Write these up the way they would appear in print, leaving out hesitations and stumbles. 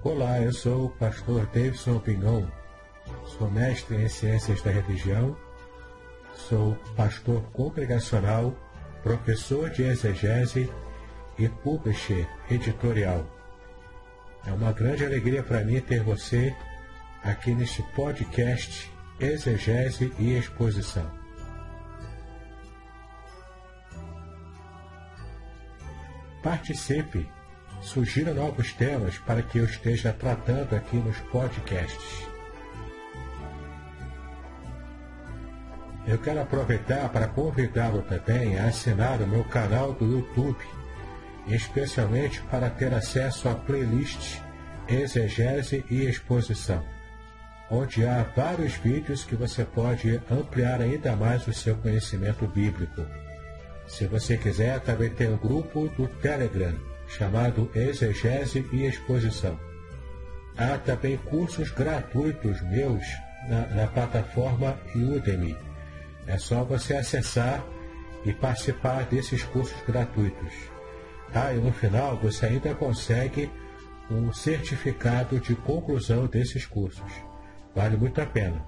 Olá, eu sou o pastor Davidson Pinhon, sou mestre em Ciências da Religião, sou pastor congregacional, professor de exegese e publisher editorial. É uma grande alegria para mim ter você aqui neste podcast Exegese e Exposição. Participe! Sugira novos temas para que eu esteja tratando aqui nos podcasts. Eu quero aproveitar para convidá-lo também a assinar o meu canal do YouTube, especialmente para ter acesso à playlist Exegese e Exposição, onde há vários vídeos que você pode ampliar ainda mais o seu conhecimento bíblico. Se você quiser, também tem um grupo do Telegram, chamado Exegese e Exposição. Há também cursos gratuitos meus na plataforma Udemy. É só você acessar e participar desses cursos gratuitos. E no final você ainda consegue um certificado de conclusão desses cursos. Vale muito a pena.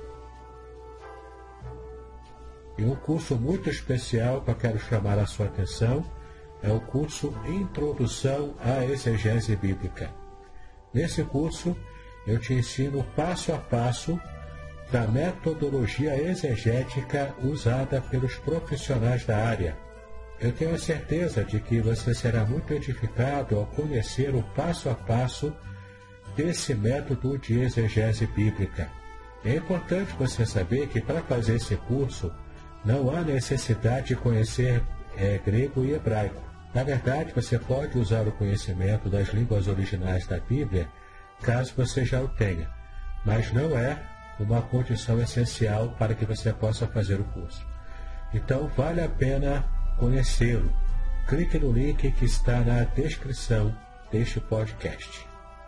E um curso muito especial que eu quero chamar a sua atenção é o curso Introdução à Exegese Bíblica. Nesse curso, eu te ensino passo a passo da metodologia exegética usada pelos profissionais da área. Eu tenho a certeza de que você será muito edificado ao conhecer o passo a passo desse método de exegese bíblica. É importante você saber que para fazer esse curso, não há necessidade de conhecer grego e hebraico. Na verdade, você pode usar o conhecimento das línguas originais da Bíblia, caso você já o tenha, mas não é uma condição essencial para que você possa fazer o curso. Então, vale a pena conhecê-lo. Clique no link que está na descrição deste podcast.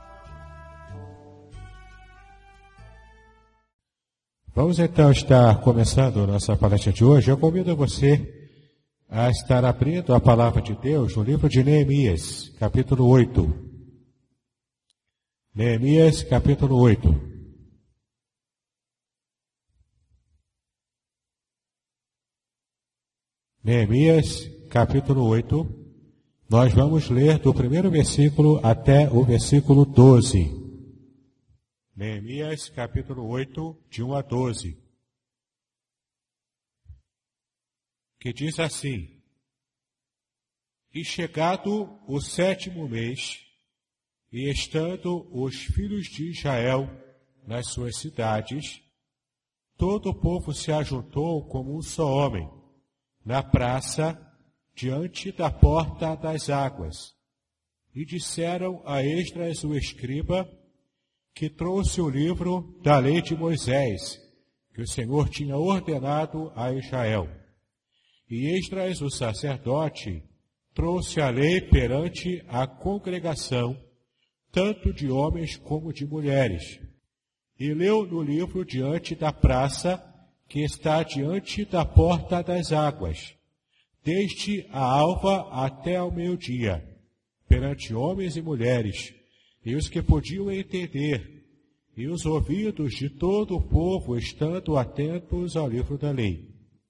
Vamos então estar começando nossa palestra de hoje. Eu convido você a estar abrindo a palavra de Deus no livro de Neemias, capítulo 8. Neemias, capítulo 8. Neemias, capítulo 8. Nós vamos ler do primeiro versículo até o versículo 12. Neemias, capítulo 8, de 1 a 12. Que diz assim: E chegado o 7º mês, e estando os filhos de Israel nas suas cidades, todo o povo se ajuntou como um só homem, na praça, diante da porta das águas, e disseram a Esdras o escriba, que trouxe o livro da lei de Moisés, que o Senhor tinha ordenado a Israel. E Esdras, o sacerdote, trouxe a lei perante a congregação, tanto de homens como de mulheres, e leu no livro diante da praça, que está diante da porta das águas, desde a alva até ao meio-dia, perante homens e mulheres, e os que podiam entender, e os ouvidos de todo o povo estando atentos ao livro da lei.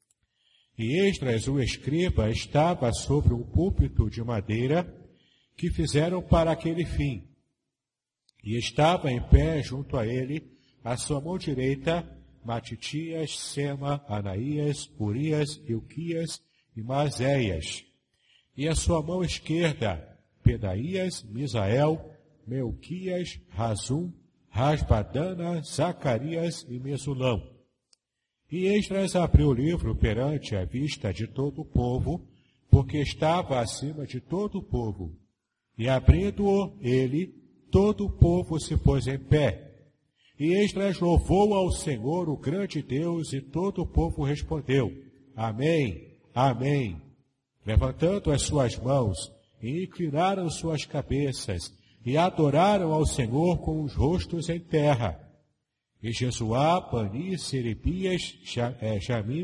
E Esdras, o escriba, estava sobre um púlpito de madeira que fizeram para aquele fim. E estava em pé junto a ele, à sua mão direita, Matitias, Sema, Anaías, Urias, Ilquias e Maazéias. E à sua mão esquerda, Pedaías, Misael, Melquias, Razum, Rasbadana, Zacarias e Mesulão. E Esdras abriu o livro perante a vista de todo o povo, porque estava acima de todo o povo. E abrindo-o ele, todo o povo se pôs em pé. E Esdras louvou ao Senhor, o grande Deus, e todo o povo respondeu: Amém, Amém. Levantando as suas mãos, e inclinaram suas cabeças, e adoraram ao Senhor com os rostos em terra. E Jesuá, Bani, Serebias, Jamim,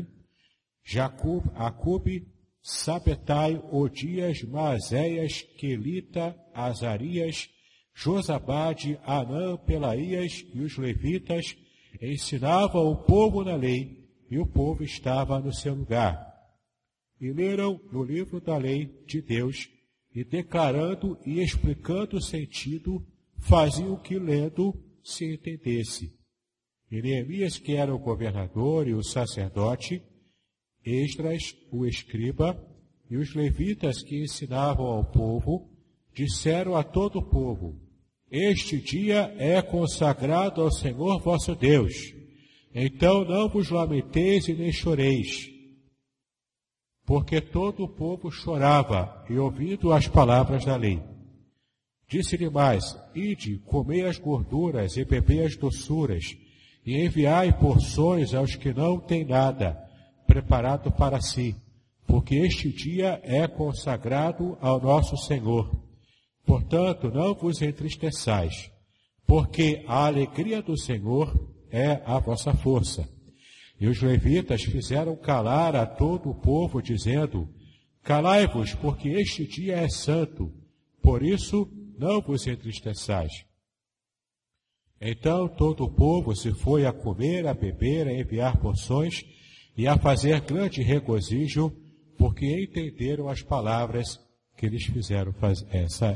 Acube, Sabetai, Odias, Maazéias, Quelita, Azarias, Josabade, Anã, Pelaías e os levitas ensinavam o povo na lei, e o povo estava no seu lugar. E leram no livro da lei de Deus, e declarando e explicando o sentido, faziam o que lendo se entendesse. E Neemias, que era o governador e o sacerdote, Esdras, o escriba, e os levitas que ensinavam ao povo, disseram a todo o povo: Este dia é consagrado ao Senhor vosso Deus. Então não vos lamenteis e nem choreis. Porque todo o povo chorava, e ouvindo as palavras da lei. Disse-lhe mais: Ide, comei as gorduras e bebei as doçuras, e enviai porções aos que não têm nada preparado para si, porque este dia é consagrado ao nosso Senhor. Portanto, não vos entristeçais, porque a alegria do Senhor é a vossa força. E os levitas fizeram calar a todo o povo, dizendo: Calai-vos, porque este dia é santo, por isso não vos entristeçais. Então todo o povo se foi a comer, a beber, a enviar porções e a fazer grande regozijo, porque entenderam as palavras que eles fizeram fazer.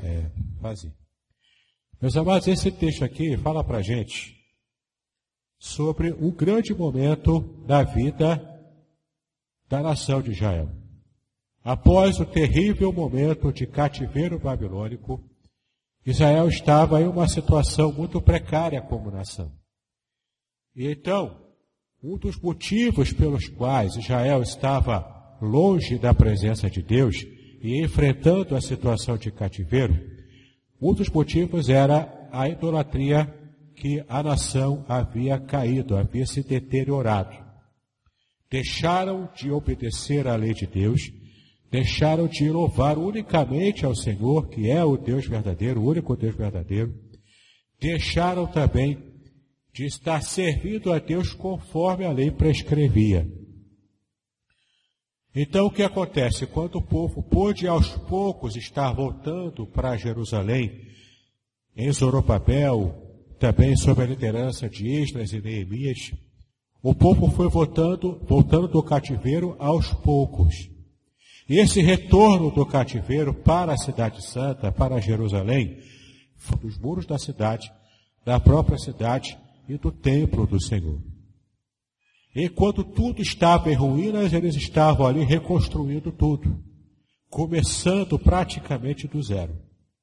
Meus amados, esse texto aqui fala para a gente sobre um grande momento da vida da nação de Israel. Após o terrível momento de cativeiro babilônico, Israel estava em uma situação muito precária como nação. E então, um dos motivos pelos quais Israel estava longe da presença de Deus e enfrentando a situação de cativeiro, um dos motivos era a idolatria que a nação havia caído, havia se deteriorado. Deixaram de obedecer à lei de Deus, deixaram de louvar unicamente ao Senhor, que é o Deus verdadeiro, o único Deus verdadeiro. Deixaram também de estar servindo a Deus conforme a lei prescrevia. Então o que acontece? Quando o povo pôde aos poucos estar voltando para Jerusalém, em Zorobabel, também sob a liderança de Esdras e Neemias, o povo foi voltando do cativeiro aos poucos. E esse retorno do cativeiro para a cidade santa, para Jerusalém, foi dos muros da cidade, da própria cidade e do templo do Senhor. Enquanto tudo estava em ruínas, eles estavam ali reconstruindo tudo, começando praticamente do zero.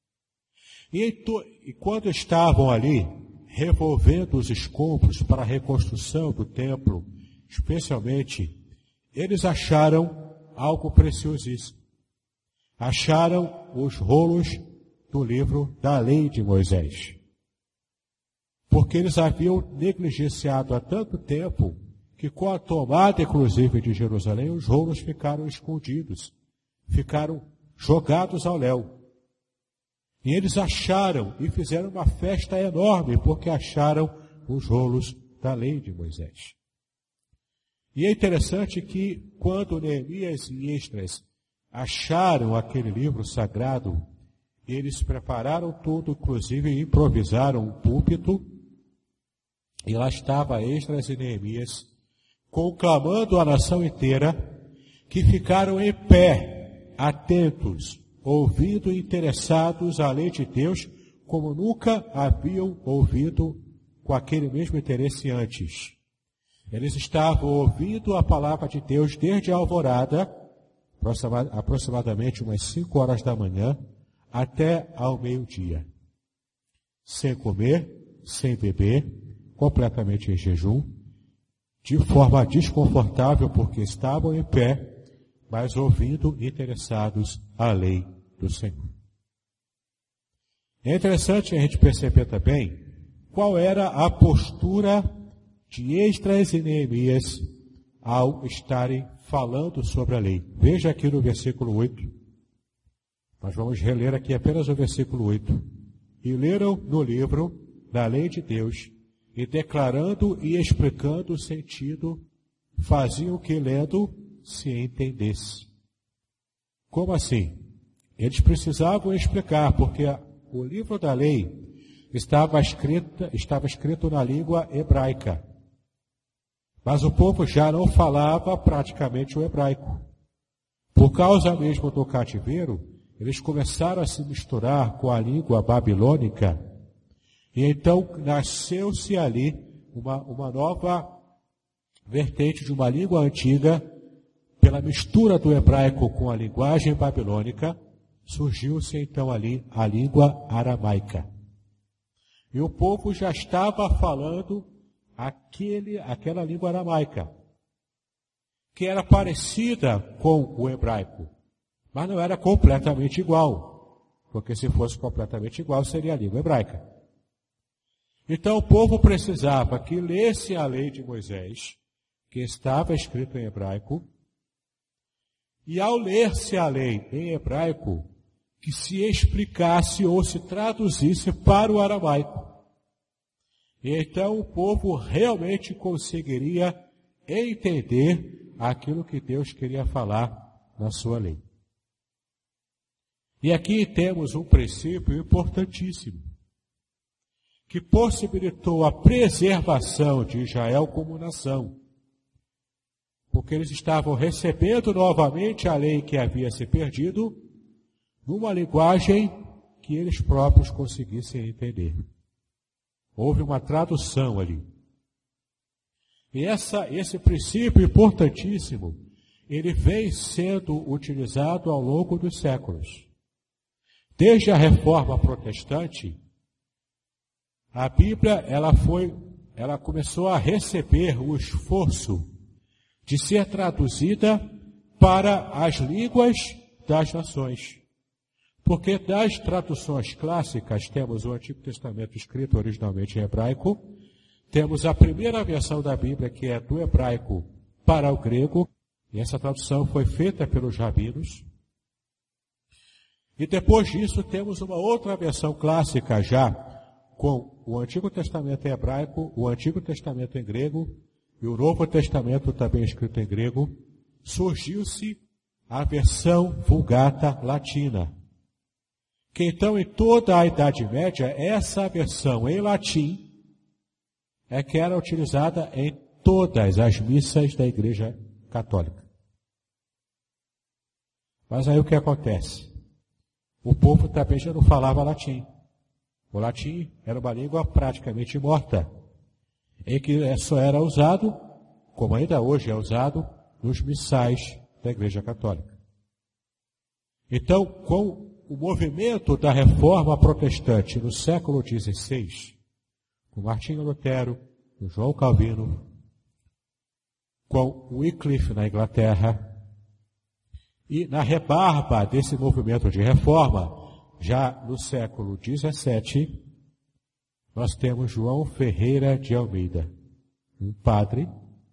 E quando estavam ali, revolvendo os escombros para a reconstrução do templo, especialmente, eles acharam algo preciosíssimo. Acharam os rolos do livro da lei de Moisés. Porque eles haviam negligenciado há tanto tempo que com a tomada, inclusive, de Jerusalém, os rolos ficaram escondidos, ficaram jogados ao léu. E eles acharam e fizeram uma festa enorme, porque acharam os rolos da lei de Moisés. E é interessante que quando Neemias e Esdras acharam aquele livro sagrado, eles prepararam tudo, inclusive improvisaram um púlpito, e lá estava Esdras e Neemias, conclamando a nação inteira, que ficaram em pé, atentos, ouvindo e interessados à lei de Deus, como nunca haviam ouvido com aquele mesmo interesse antes. Eles estavam ouvindo a palavra de Deus desde a alvorada, aproximadamente umas 5 horas da manhã, até ao meio-dia. Sem comer, sem beber, completamente em jejum, de forma desconfortável, porque estavam em pé, mas ouvindo interessados à lei do Senhor. É interessante a gente perceber também qual era a postura de Esdras e Neemias ao estarem falando sobre a lei. Veja aqui no versículo 8. Nós vamos reler aqui apenas o versículo 8. E leram no livro da lei de Deus, e declarando e explicando o sentido, faziam o que lendo se entendesse. Como assim? Eles precisavam explicar, porque o livro da lei estava escrito na língua hebraica. Mas o povo já não falava praticamente o hebraico. Por causa mesmo do cativeiro, eles começaram a se misturar com a língua babilônica. E então nasceu-se ali uma nova vertente de uma língua antiga. Pela mistura do hebraico com a linguagem babilônica, surgiu-se então ali a língua aramaica. E o povo já estava falando aquela língua aramaica, que era parecida com o hebraico, mas não era completamente igual, porque se fosse completamente igual seria a língua hebraica. Então o povo precisava que lesse a lei de Moisés, que estava escrito em hebraico, e ao ler-se a lei em hebraico, que se explicasse ou se traduzisse para o aramaico. E então o povo realmente conseguiria entender aquilo que Deus queria falar na sua lei. E aqui temos um princípio importantíssimo, que possibilitou a preservação de Israel como nação. Porque eles estavam recebendo novamente a lei que havia se perdido, numa linguagem que eles próprios conseguissem entender. Houve uma tradução ali. E esse princípio importantíssimo, ele vem sendo utilizado ao longo dos séculos. Desde a Reforma Protestante, a Bíblia ela começou a receber o esforço de ser traduzida para as línguas das nações. Porque das traduções clássicas, temos o Antigo Testamento escrito originalmente em hebraico, temos a primeira versão da Bíblia, que é do hebraico para o grego, e essa tradução foi feita pelos rabinos. E depois disso, temos uma outra versão clássica já, com o Antigo Testamento em hebraico, o Antigo Testamento em grego, e o Novo Testamento também escrito em grego. Surgiu-se a versão Vulgata Latina, que então em toda a Idade Média, essa versão em latim é que era utilizada em todas as missas da Igreja Católica. Mas aí o que acontece? O povo também já não falava latim. O latim era uma língua praticamente morta, em que só era usado, como ainda hoje é usado, nos missais da Igreja Católica. Então, com o movimento da Reforma Protestante no século XVI, com Martinho Lutero, com João Calvino, com Wycliffe na Inglaterra, e na rebarba desse movimento de reforma, já no século XVII, nós temos João Ferreira de Almeida, um padre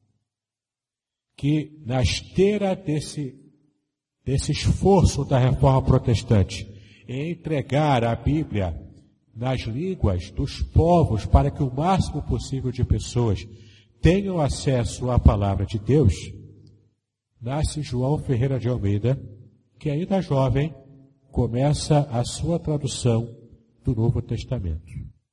que, na esteira desse esforço da Reforma Protestante em entregar a Bíblia nas línguas dos povos para que o máximo possível de pessoas tenham acesso à palavra de Deus, nasce João Ferreira de Almeida, que ainda jovem começa a sua tradução do Novo Testamento.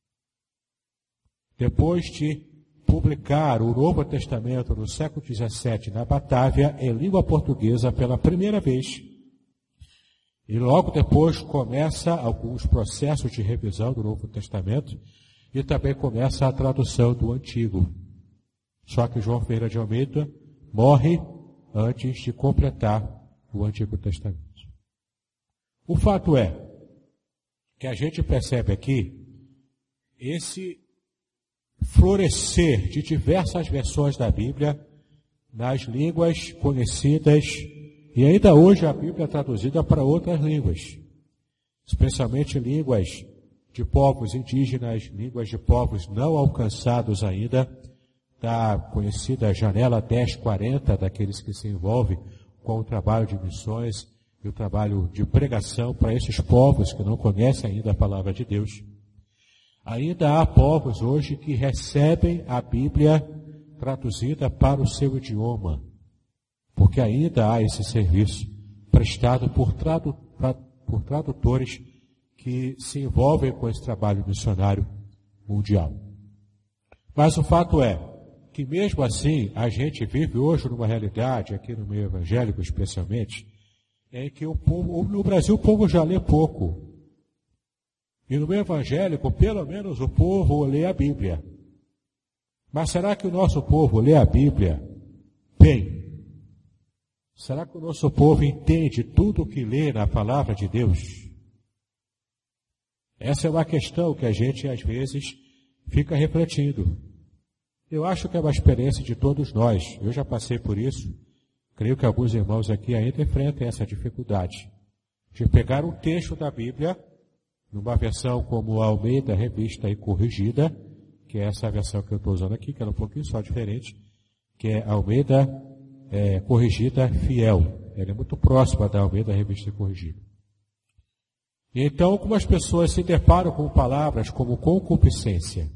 Depois de publicar o Novo Testamento no século XVII na Batávia, em língua portuguesa pela primeira vez, e logo depois começa alguns processos de revisão do Novo Testamento e também começa a tradução do Antigo. Só que João Ferreira de Almeida morre antes de completar o Antigo Testamento. O fato é que a gente percebe aqui esse florescer de diversas versões da Bíblia nas línguas conhecidas, e ainda hoje a Bíblia é traduzida para outras línguas, especialmente línguas de povos indígenas, línguas de povos não alcançados ainda, da conhecida janela 1040, daqueles que se envolvem com o trabalho de missões e o trabalho de pregação para esses povos que não conhecem ainda a palavra de Deus. Ainda há povos hoje que recebem a Bíblia traduzida para o seu idioma, porque ainda há esse serviço prestado por tradutores que se envolvem com esse trabalho missionário mundial. Mas o fato é que mesmo assim a gente vive hoje numa realidade, aqui no meio evangélico especialmente, em que o povo, no Brasil o povo já lê pouco. E no meio evangélico, pelo menos o povo lê a Bíblia. Mas será que o nosso povo lê a Bíblia bem? Será que o nosso povo entende tudo o que lê na palavra de Deus? Essa é uma questão que a gente, às vezes, fica refletindo. Eu acho que é uma experiência de todos nós. Eu já passei por isso. Creio que alguns irmãos aqui ainda enfrentam essa dificuldade de pegar um texto da Bíblia, numa versão como a Almeida Revista e Corrigida, que é essa versão que eu estou usando aqui, que é um pouquinho só diferente, que é a Almeida Corrigida Fiel. Ela é muito próxima da Almeida Revista e Corrigida. E então, algumas pessoas se deparam com palavras como concupiscência.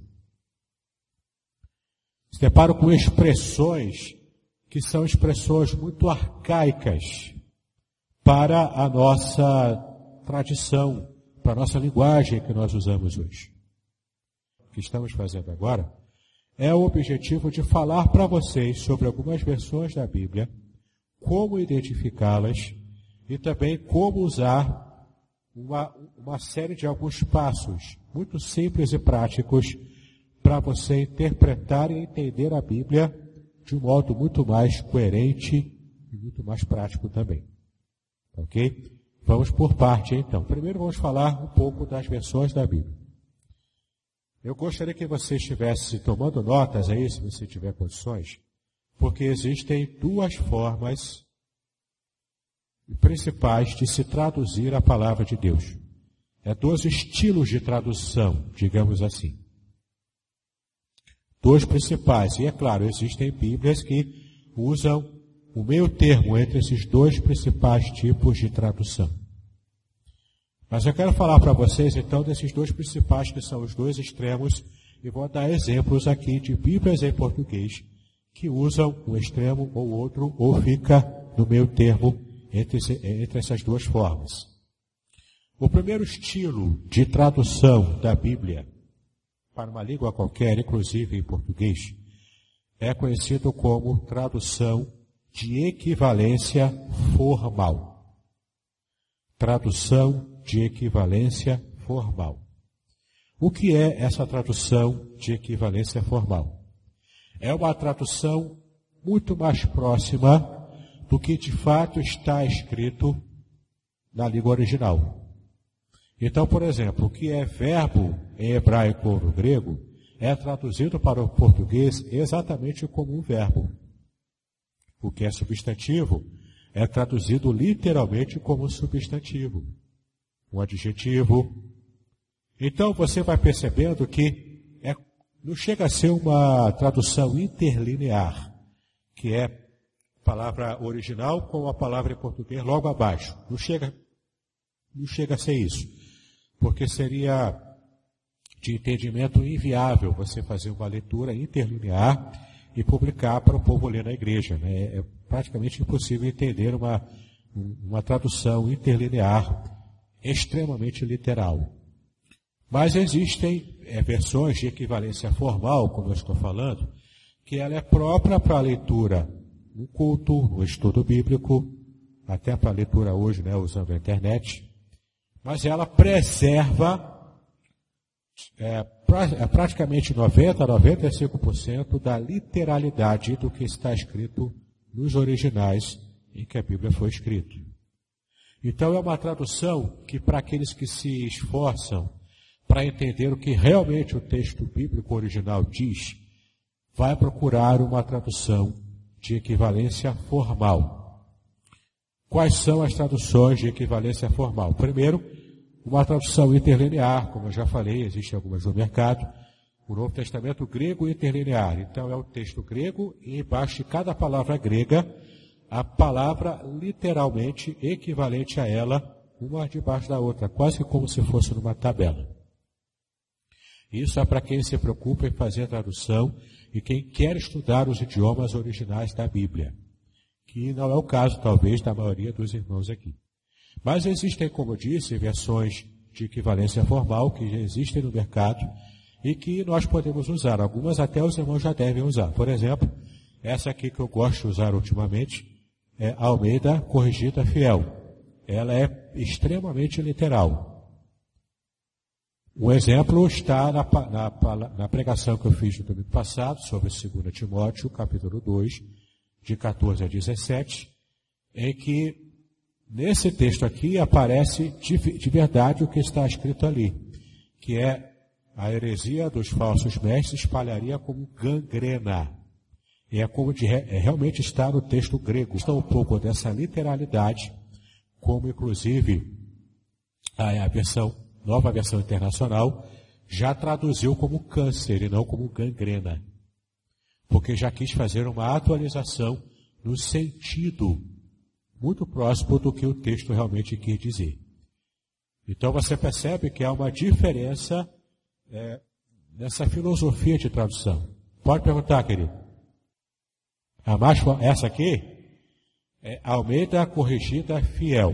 Se deparam com expressões que são expressões muito arcaicas para a nossa tradição, para a nossa linguagem que nós usamos hoje. O que estamos fazendo agora é o objetivo de falar para vocês sobre algumas versões da Bíblia, como identificá-las e também como usar uma série de alguns passos muito simples e práticos para você interpretar e entender a Bíblia de um modo muito mais coerente e muito mais prático também. Ok? Vamos por parte, então. Primeiro vamos falar um pouco das versões da Bíblia. Eu gostaria que você estivesse tomando notas aí, se você tiver condições, porque existem duas formas principais de se traduzir a palavra de Deus. Dois estilos de tradução, digamos assim. Dois principais. E é claro, existem Bíblias que usam o meio termo entre esses dois principais tipos de tradução. Mas eu quero falar para vocês então desses dois principais que são os dois extremos e vou dar exemplos aqui de Bíblias em português que usam um extremo ou outro ou fica no meio termo entre essas duas formas. O primeiro estilo de tradução da Bíblia para uma língua qualquer, inclusive em português, é conhecido como tradução de equivalência formal. Tradução de equivalência formal. O que é essa tradução de equivalência formal? É uma tradução muito mais próxima do que de fato está escrito na língua original. Então, por exemplo, o que é verbo em hebraico ou no grego é traduzido para o português exatamente como um verbo. O que é substantivo é traduzido literalmente como substantivo, um adjetivo. Então, você vai percebendo que não chega a ser uma tradução interlinear, que é a palavra original com a palavra em português logo abaixo. Não chega a ser isso. Porque seria de entendimento inviável você fazer uma leitura interlinear e publicar para o povo ler na igreja. Né? É praticamente impossível entender uma tradução interlinear extremamente literal. Mas existem versões de equivalência formal, como eu estou falando, que ela é própria para a leitura no culto, no estudo bíblico, até para a leitura hoje, né, usando a internet. Mas ela preserva praticamente 90% a 95% da literalidade do que está escrito nos originais em que a Bíblia foi escrita. Então é uma tradução que para aqueles que se esforçam para entender o que realmente o texto bíblico original diz, vai procurar uma tradução de equivalência formal. Quais são as traduções de equivalência formal? Primeiro, uma tradução interlinear, como eu já falei, existem algumas no mercado. O Novo Testamento grego interlinear. Então é o texto grego e embaixo de cada palavra grega, a palavra literalmente equivalente a ela, uma debaixo da outra, quase como se fosse numa tabela. Isso é para quem se preocupa em fazer a tradução e quem quer estudar os idiomas originais da Bíblia, que não é o caso, talvez, da maioria dos irmãos aqui. Mas existem, como eu disse, versões de equivalência formal que já existem no mercado e que nós podemos usar. Algumas até os irmãos já devem usar. Por exemplo, essa aqui que eu gosto de usar ultimamente é Almeida Corrigida Fiel. Ela é extremamente literal. Um exemplo está na pregação que eu fiz no domingo passado sobre 2 Timóteo, capítulo 2, de 14 a 17, em que nesse texto aqui aparece de verdade o que está escrito ali, que é a heresia dos falsos mestres espalharia como gangrena. E é como realmente está no texto grego. Está um pouco dessa literalidade, como inclusive a nova versão internacional já traduziu como câncer e não como gangrena. Porque já quis fazer uma atualização no sentido muito próximo do que o texto realmente quis dizer. Então você percebe que há uma diferença nessa filosofia de tradução. Pode perguntar, querido. Essa aqui é Almeida Corrigida Fiel,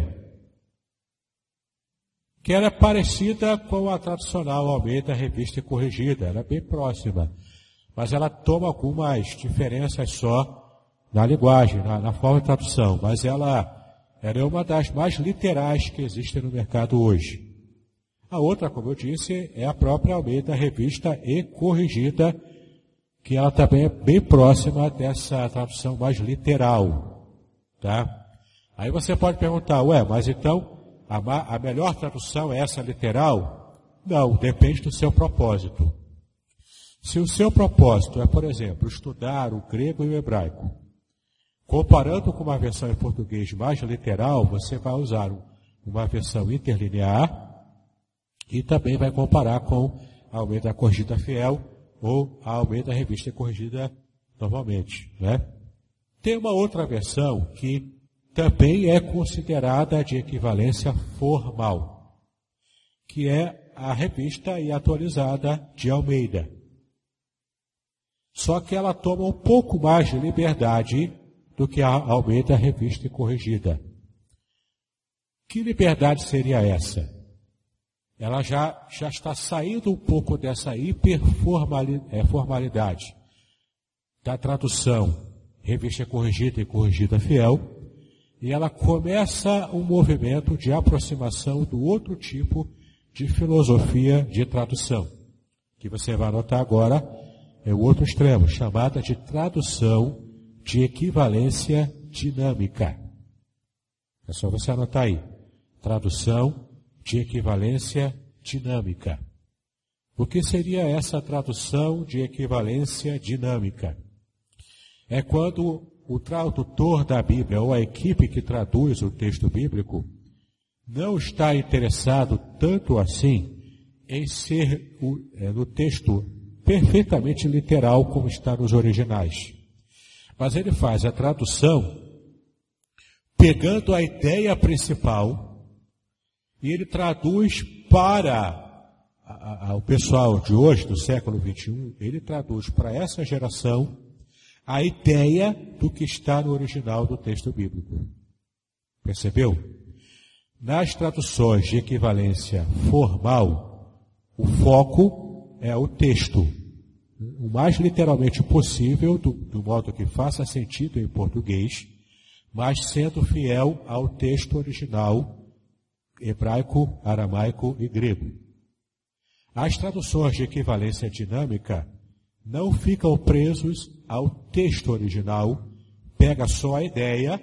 que era parecida com a tradicional Almeida Revista e Corrigida, era bem próxima, mas ela toma algumas diferenças só na linguagem, na forma de tradução, mas ela é uma das mais literais que existem no mercado hoje. A outra, como eu disse, é a própria Almeida Revista e Corrigida, que ela também é bem próxima dessa tradução mais literal, tá? Aí você pode perguntar, mas então a melhor tradução é essa literal? Não, depende do seu propósito. Se o seu propósito é, por exemplo, estudar o grego e o hebraico, comparando com uma versão em português mais literal, você vai usar uma versão interlinear e também vai comparar com a Almeida Corrigida Fiel ou a Almeida Revista Corrigida novamente, né? Tem uma outra versão que também é considerada de equivalência formal, que é a Revista e Atualizada de Almeida. Só que ela toma um pouco mais de liberdade do que a Almeida Revista e Corrigida. Que liberdade seria essa? Ela já está saindo um pouco dessa hiperformalidade da tradução Revista Corrigida e Corrigida Fiel, e ela começa um movimento de aproximação do outro tipo de filosofia de tradução, que você vai anotar agora, é o outro extremo, chamada de tradução de equivalência dinâmica. É só você anotar aí. Tradução de equivalência dinâmica. O que seria essa tradução de equivalência dinâmica? É quando o tradutor da Bíblia ou a equipe que traduz o texto bíblico não está interessado tanto assim em ser no texto perfeitamente literal como está nos originais. Mas ele faz a tradução pegando a ideia principal e ele traduz para o pessoal de hoje, do século XXI, ele traduz para essa geração a ideia do que está no original do texto bíblico. Percebeu? Nas traduções de equivalência formal, o foco é o texto, o mais literalmente possível, do modo que faça sentido em português, mas sendo fiel ao texto original hebraico, aramaico e grego. As traduções de equivalência dinâmica não ficam presos ao texto original, pega só a ideia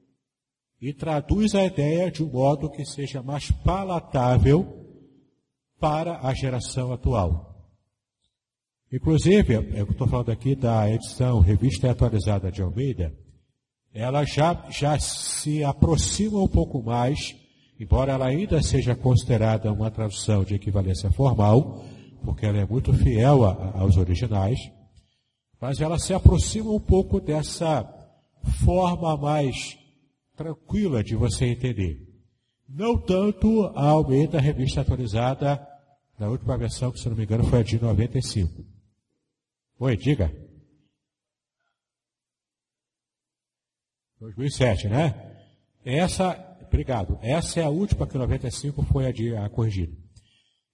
e traduz a ideia de um modo que seja mais palatável para a geração atual. Inclusive, eu estou falando aqui da edição Revista Atualizada de Almeida, ela já se aproxima um pouco mais, embora ela ainda seja considerada uma tradução de equivalência formal, porque ela é muito fiel aos originais, mas ela se aproxima um pouco dessa forma mais tranquila de você entender. Não tanto a Almeida Revista Atualizada, na última versão, que se não me engano foi a de 95. Oi, diga. 2007, né? Obrigado. Essa é a última, que 95 foi a corrigida.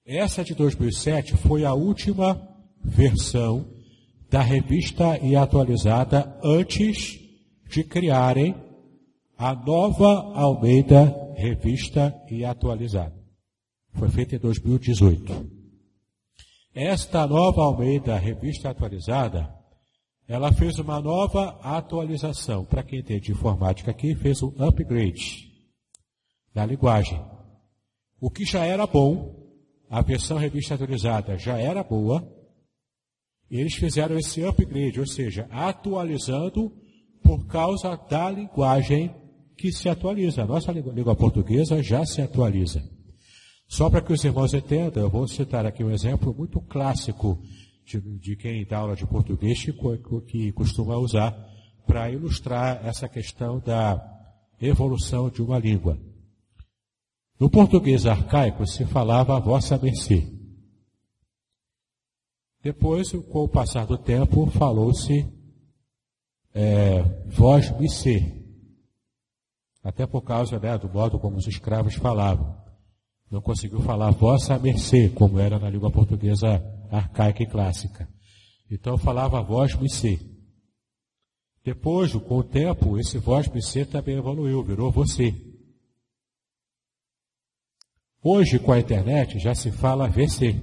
Essa de 2007 foi a última versão da revista e atualizada antes de criarem a nova Almeida Revista e Atualizada. Foi feita em 2018. Esta nova Almeida Revista Atualizada, ela fez uma nova atualização. Para quem entende de informática aqui, fez um upgrade da linguagem. O que já era bom, a versão revista atualizada já era boa, e eles fizeram esse upgrade, ou seja, atualizando por causa da linguagem que se atualiza. A nossa língua portuguesa já se atualiza. Só para que os irmãos entendam, eu vou citar aqui um exemplo muito clássico de quem dá aula de português que costuma usar para ilustrar essa questão da evolução de uma língua. No português arcaico se falava a vossa mercê. Depois, com o passar do tempo, falou-se vós me ser. Até por causa do modo como os escravos falavam. Não conseguiu falar vossa mercê, como era na língua portuguesa arcaica e clássica. Então falava vós me ser. Depois, com o tempo, esse vós me ser também evoluiu, virou você. Hoje, com a internet, já se fala VC.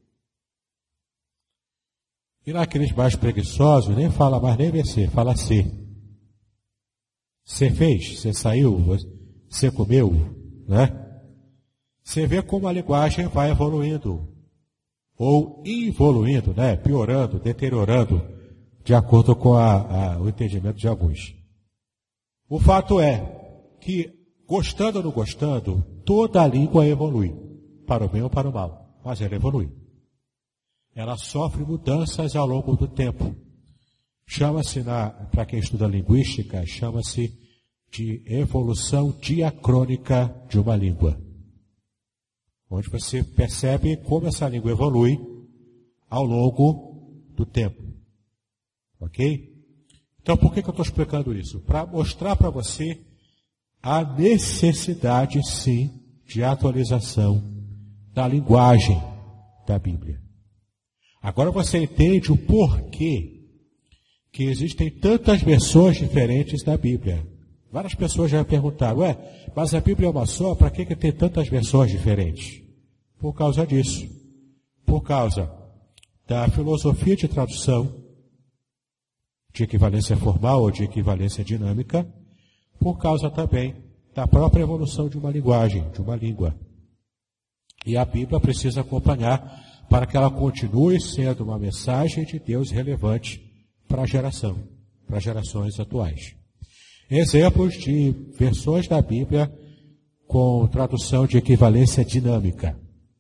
E naqueles mais preguiçosos, nem fala mais nem VC, fala C. Você fez, você saiu, você comeu, né? Você vê como a linguagem vai evoluindo, ou involuindo, né? Piorando, deteriorando, de acordo com o entendimento de alguns. O fato é que, gostando ou não gostando, toda a língua evolui, para o bem ou para o mal, mas ela evolui. Ela sofre mudanças ao longo do tempo. Chama-se, para quem estuda linguística, chama-se de evolução diacrônica de uma língua. Onde você percebe como essa língua evolui ao longo do tempo. Ok? Então, por que eu estou explicando isso? Para mostrar para você a necessidade, sim, de atualização da linguagem da Bíblia. Agora você entende o porquê que existem tantas versões diferentes da Bíblia. Várias pessoas já perguntaram, mas a Bíblia é uma só, para que tem tantas versões diferentes? Por causa disso. Por causa da filosofia de tradução, de equivalência formal ou de equivalência dinâmica, por causa também da própria evolução de uma linguagem, de uma língua. E a Bíblia precisa acompanhar para que ela continue sendo uma mensagem de Deus relevante para a geração, para as gerações atuais. Exemplos de versões da Bíblia com tradução de equivalência dinâmica.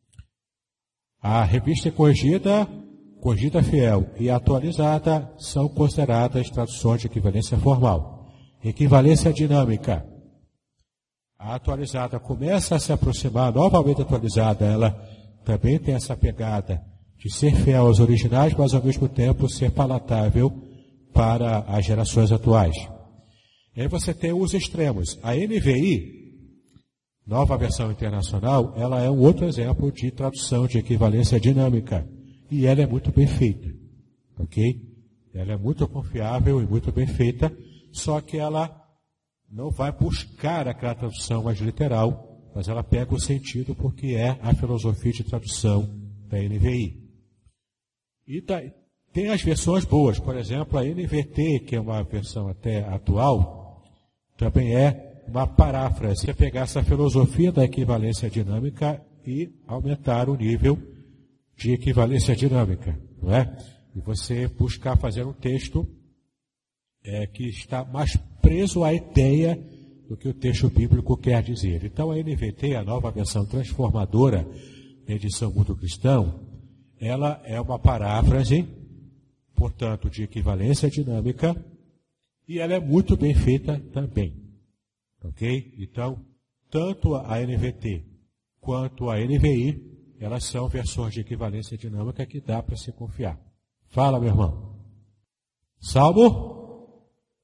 A revista corrigida fiel e atualizada são consideradas traduções de equivalência formal. Equivalência dinâmica. A atualizada começa a se aproximar, novamente atualizada, ela também tem essa pegada de ser fiel aos originais, mas ao mesmo tempo ser palatável para as gerações atuais. E aí você tem os extremos. A NVI, Nova Versão Internacional, ela é um outro exemplo de tradução de equivalência dinâmica. E ela é muito bem feita. Ok? Ela é muito confiável e muito bem feita, só que ela não vai buscar aquela tradução mais literal, mas ela pega o sentido porque é a filosofia de tradução da NVI. E tem as versões boas, por exemplo, a NVT, que é uma versão até atual, também é uma paráfrase. Você pegar essa filosofia da equivalência dinâmica e aumentar o nível de equivalência dinâmica, não é? E você buscar fazer um texto que está mais preso à ideia do que o texto bíblico quer dizer. Então a NVT, a Nova Versão Transformadora, edição Mundo Cristão, ela é uma paráfrase, portanto, de equivalência dinâmica, e ela é muito bem feita também. Ok? Então, tanto a NVT quanto a NVI, elas são versões de equivalência dinâmica que dá para se confiar. Fala, meu irmão. Salmo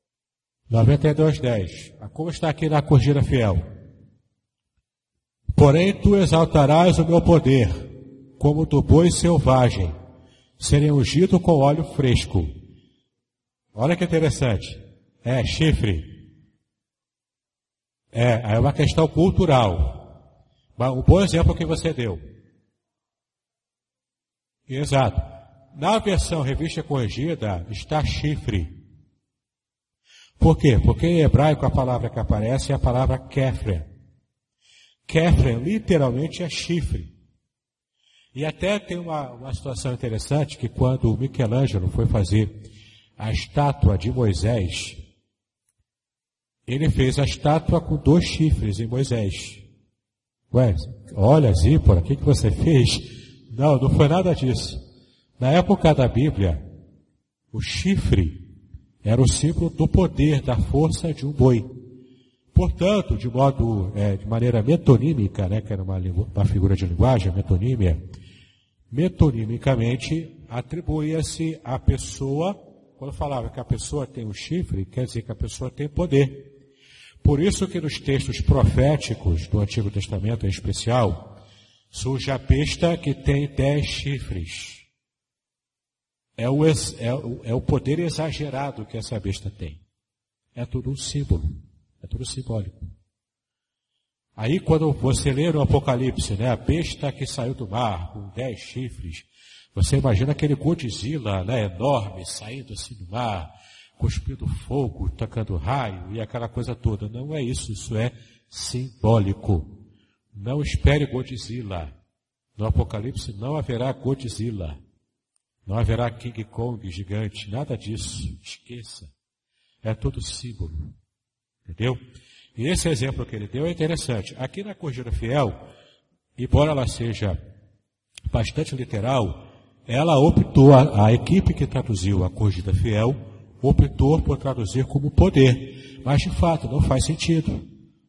92:10. Como está aqui na corrigida fiel? Porém, tu exaltarás o meu poder, como do boi selvagem, serem ungidos com óleo fresco. Olha que interessante. Chifre. É uma questão cultural. Um bom exemplo que você deu. Exato. Na versão revista corrigida está chifre. Por quê? Porque em hebraico a palavra que aparece é a palavra kefren. Kefren literalmente é chifre. E até tem uma situação interessante que quando Michelangelo foi fazer a estátua de Moisés, ele fez a estátua com 2 chifres em Moisés. Ué, olha, Zípora, o que você fez? Não foi nada disso. Na época da Bíblia, o chifre era o símbolo do poder, da força de um boi. Portanto, de maneira metonímica, que era uma figura de linguagem, metonímia, metonimicamente atribuía-se à pessoa, quando falava que a pessoa tem um chifre, quer dizer que a pessoa tem poder. Por isso que nos textos proféticos do Antigo Testamento, em especial, surge a besta que tem 10 chifres. É o poder exagerado que essa besta tem. É tudo um símbolo. É tudo simbólico. Aí quando você lê no Apocalipse, a besta que saiu do mar com 10 chifres, você imagina aquele Godzilla, enorme, saindo assim do mar, cuspindo fogo, tacando raio e aquela coisa toda. Não é isso, isso é simbólico. Não espere Godzilla. No Apocalipse não haverá Godzilla. Não haverá King Kong gigante, nada disso. Esqueça. É tudo símbolo. Entendeu? E esse exemplo que ele deu é interessante. Aqui na Corrigida Fiel, embora ela seja bastante literal, ela optou, a equipe que traduziu a Corrigida Fiel, optou por traduzir como poder. Mas de fato não faz sentido.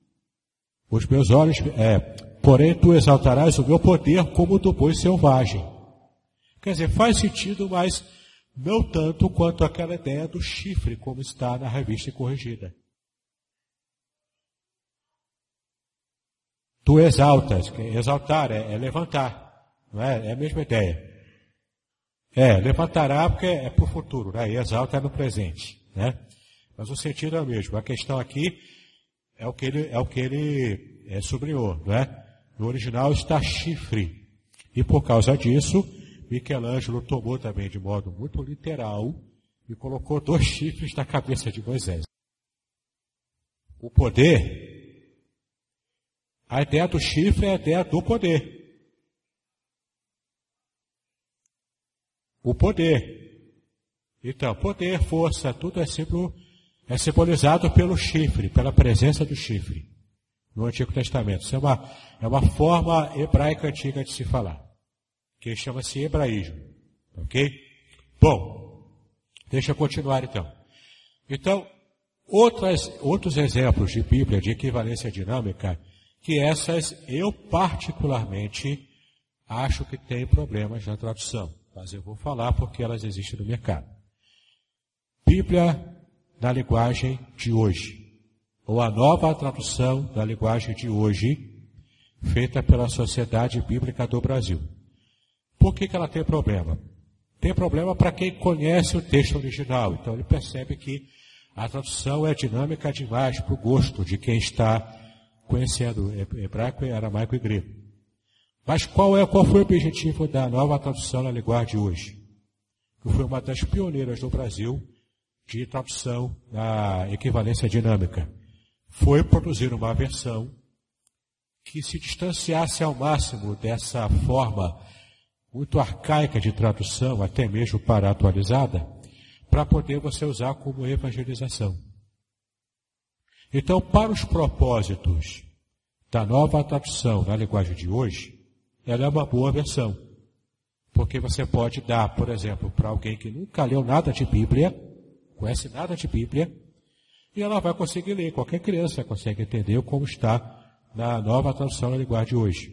Os meus olhos, porém tu exaltarás o meu poder como o do boi selvagem. Quer dizer, faz sentido, mas não tanto quanto aquela ideia do chifre, como está na revista corrigida. Tu exaltas, exaltar é levantar, não é? É a mesma ideia. Levantará porque é para o futuro, e exalta é no presente, Mas o sentido é o mesmo. A questão aqui é o que ele sublinhou, No original está chifre. E por causa disso, Michelangelo tomou também de modo muito literal e colocou 2 chifres na cabeça de Moisés. O poder, a ideia do chifre é a ideia do poder. O poder. Então, poder, força, tudo é simbolizado pelo chifre, pela presença do chifre no Antigo Testamento. Isso é uma forma hebraica antiga de se falar, que chama-se hebraísmo. Ok? Bom, deixa eu continuar então. Então, outros exemplos de Bíblia de equivalência dinâmica, que essas eu particularmente acho que tem problemas na tradução, mas eu vou falar porque elas existem no mercado. Bíblia na linguagem de hoje, ou a nova tradução da linguagem de hoje, feita pela Sociedade Bíblica do Brasil. Por que ela tem problema? Tem problema para quem conhece o texto original, então ele percebe que a tradução é dinâmica demais para o gosto de quem está conhecendo hebraico, aramaico e grego. Mas qual foi o objetivo da nova tradução na linguagem de hoje? Que foi uma das pioneiras no Brasil de tradução da equivalência dinâmica. Foi produzir uma versão que se distanciasse ao máximo dessa forma muito arcaica de tradução, até mesmo para atualizada, para poder você usar como evangelização. Então, para os propósitos da nova tradução na linguagem de hoje, ela é uma boa versão. Porque você pode dar, por exemplo, para alguém que nunca leu nada de Bíblia, conhece nada de Bíblia, e ela vai conseguir ler. Qualquer criança consegue entender como está na nova tradução na linguagem de hoje.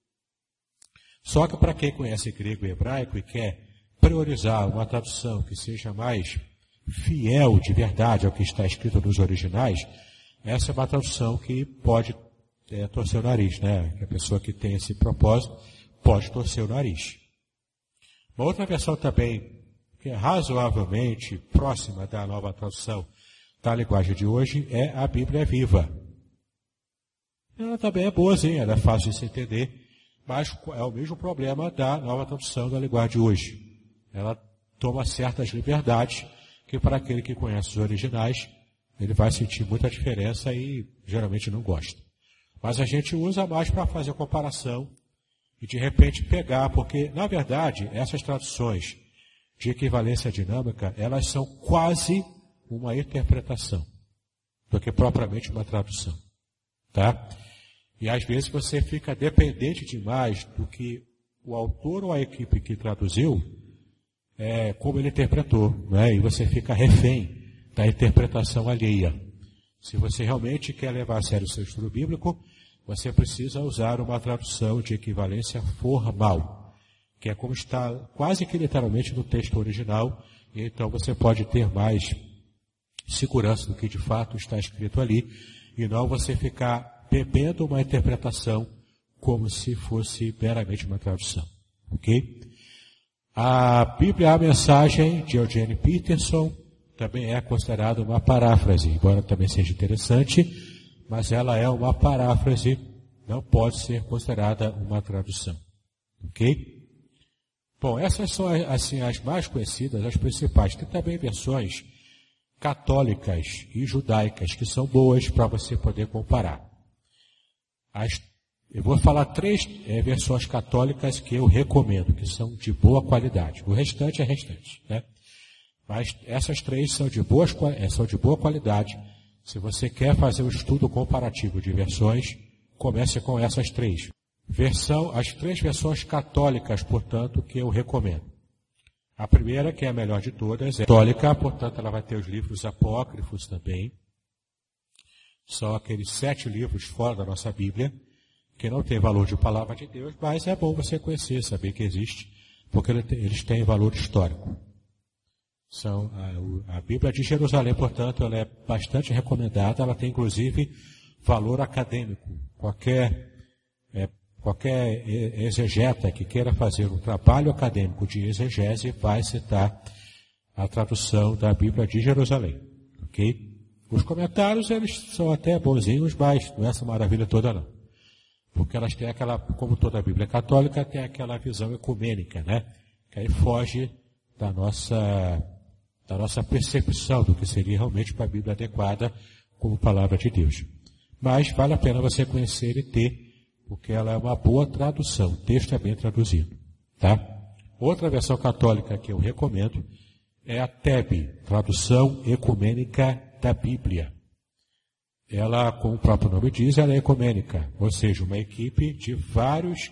Só que para quem conhece grego e hebraico e quer priorizar uma tradução que seja mais fiel de verdade ao que está escrito nos originais, essa é uma tradução que pode torcer o nariz, Que a pessoa que tem esse propósito pode torcer o nariz. Uma outra versão também, que é razoavelmente próxima da Nova Tradução da linguagem de hoje, é a Bíblia Viva. Ela também é boazinha, ela é fácil de se entender, mas é o mesmo problema da Nova Tradução da linguagem de hoje. Ela toma certas liberdades que, para aquele que conhece os originais, ele vai sentir muita diferença e geralmente não gosta. Mas a gente usa mais para fazer a comparação e de repente pegar, porque na verdade essas traduções de equivalência dinâmica, elas são quase uma interpretação do que propriamente uma tradução. Tá? E às vezes você fica dependente demais do que o autor ou a equipe que traduziu, como ele interpretou, né? E você fica refém da interpretação alheia. Se você realmente quer levar a sério o seu estudo bíblico, você precisa usar uma tradução de equivalência formal, que é como está quase que literalmente no texto original, e então você pode ter mais segurança do que de fato está escrito ali, e não você ficar bebendo uma interpretação como se fosse meramente uma tradução. Ok? A Bíblia, a Mensagem, de Eugene Peterson, também é considerada uma paráfrase, embora também seja interessante, mas ela é uma paráfrase, não pode ser considerada uma tradução. Ok? Bom, essas são assim, as mais conhecidas, as principais. Tem também versões católicas e judaicas que são boas para você poder comparar. Eu vou falar 3 versões católicas que eu recomendo, que são de boa qualidade. O restante é restante, né? Mas essas 3 são de boa qualidade. Se você quer fazer um estudo comparativo de versões, comece com essas 3. As 3 versões católicas, portanto, que eu recomendo. A primeira, que é a melhor de todas, é católica, portanto, ela vai ter os livros apócrifos também. São aqueles 7 livros fora da nossa Bíblia, que não tem valor de palavra de Deus, mas é bom você conhecer, saber que existe, porque eles têm valor histórico. São a Bíblia de Jerusalém, portanto, ela é bastante recomendada, ela tem inclusive valor acadêmico. Qualquer exegeta que queira fazer um trabalho acadêmico de exegese vai citar a tradução da Bíblia de Jerusalém. Ok? Os comentários, eles são até bonzinhos, mas não é essa maravilha toda não. Porque elas têm como toda a Bíblia católica, tem aquela visão ecumênica, né? Que aí foge da nossa percepção do que seria realmente para a Bíblia adequada como palavra de Deus. Mas vale a pena você conhecer e ter, porque ela é uma boa tradução, o texto é bem traduzido. Tá? Outra versão católica que eu recomendo é a TEB, Tradução Ecumênica da Bíblia. Ela, como o próprio nome diz, ela é ecumênica, ou seja, uma equipe de vários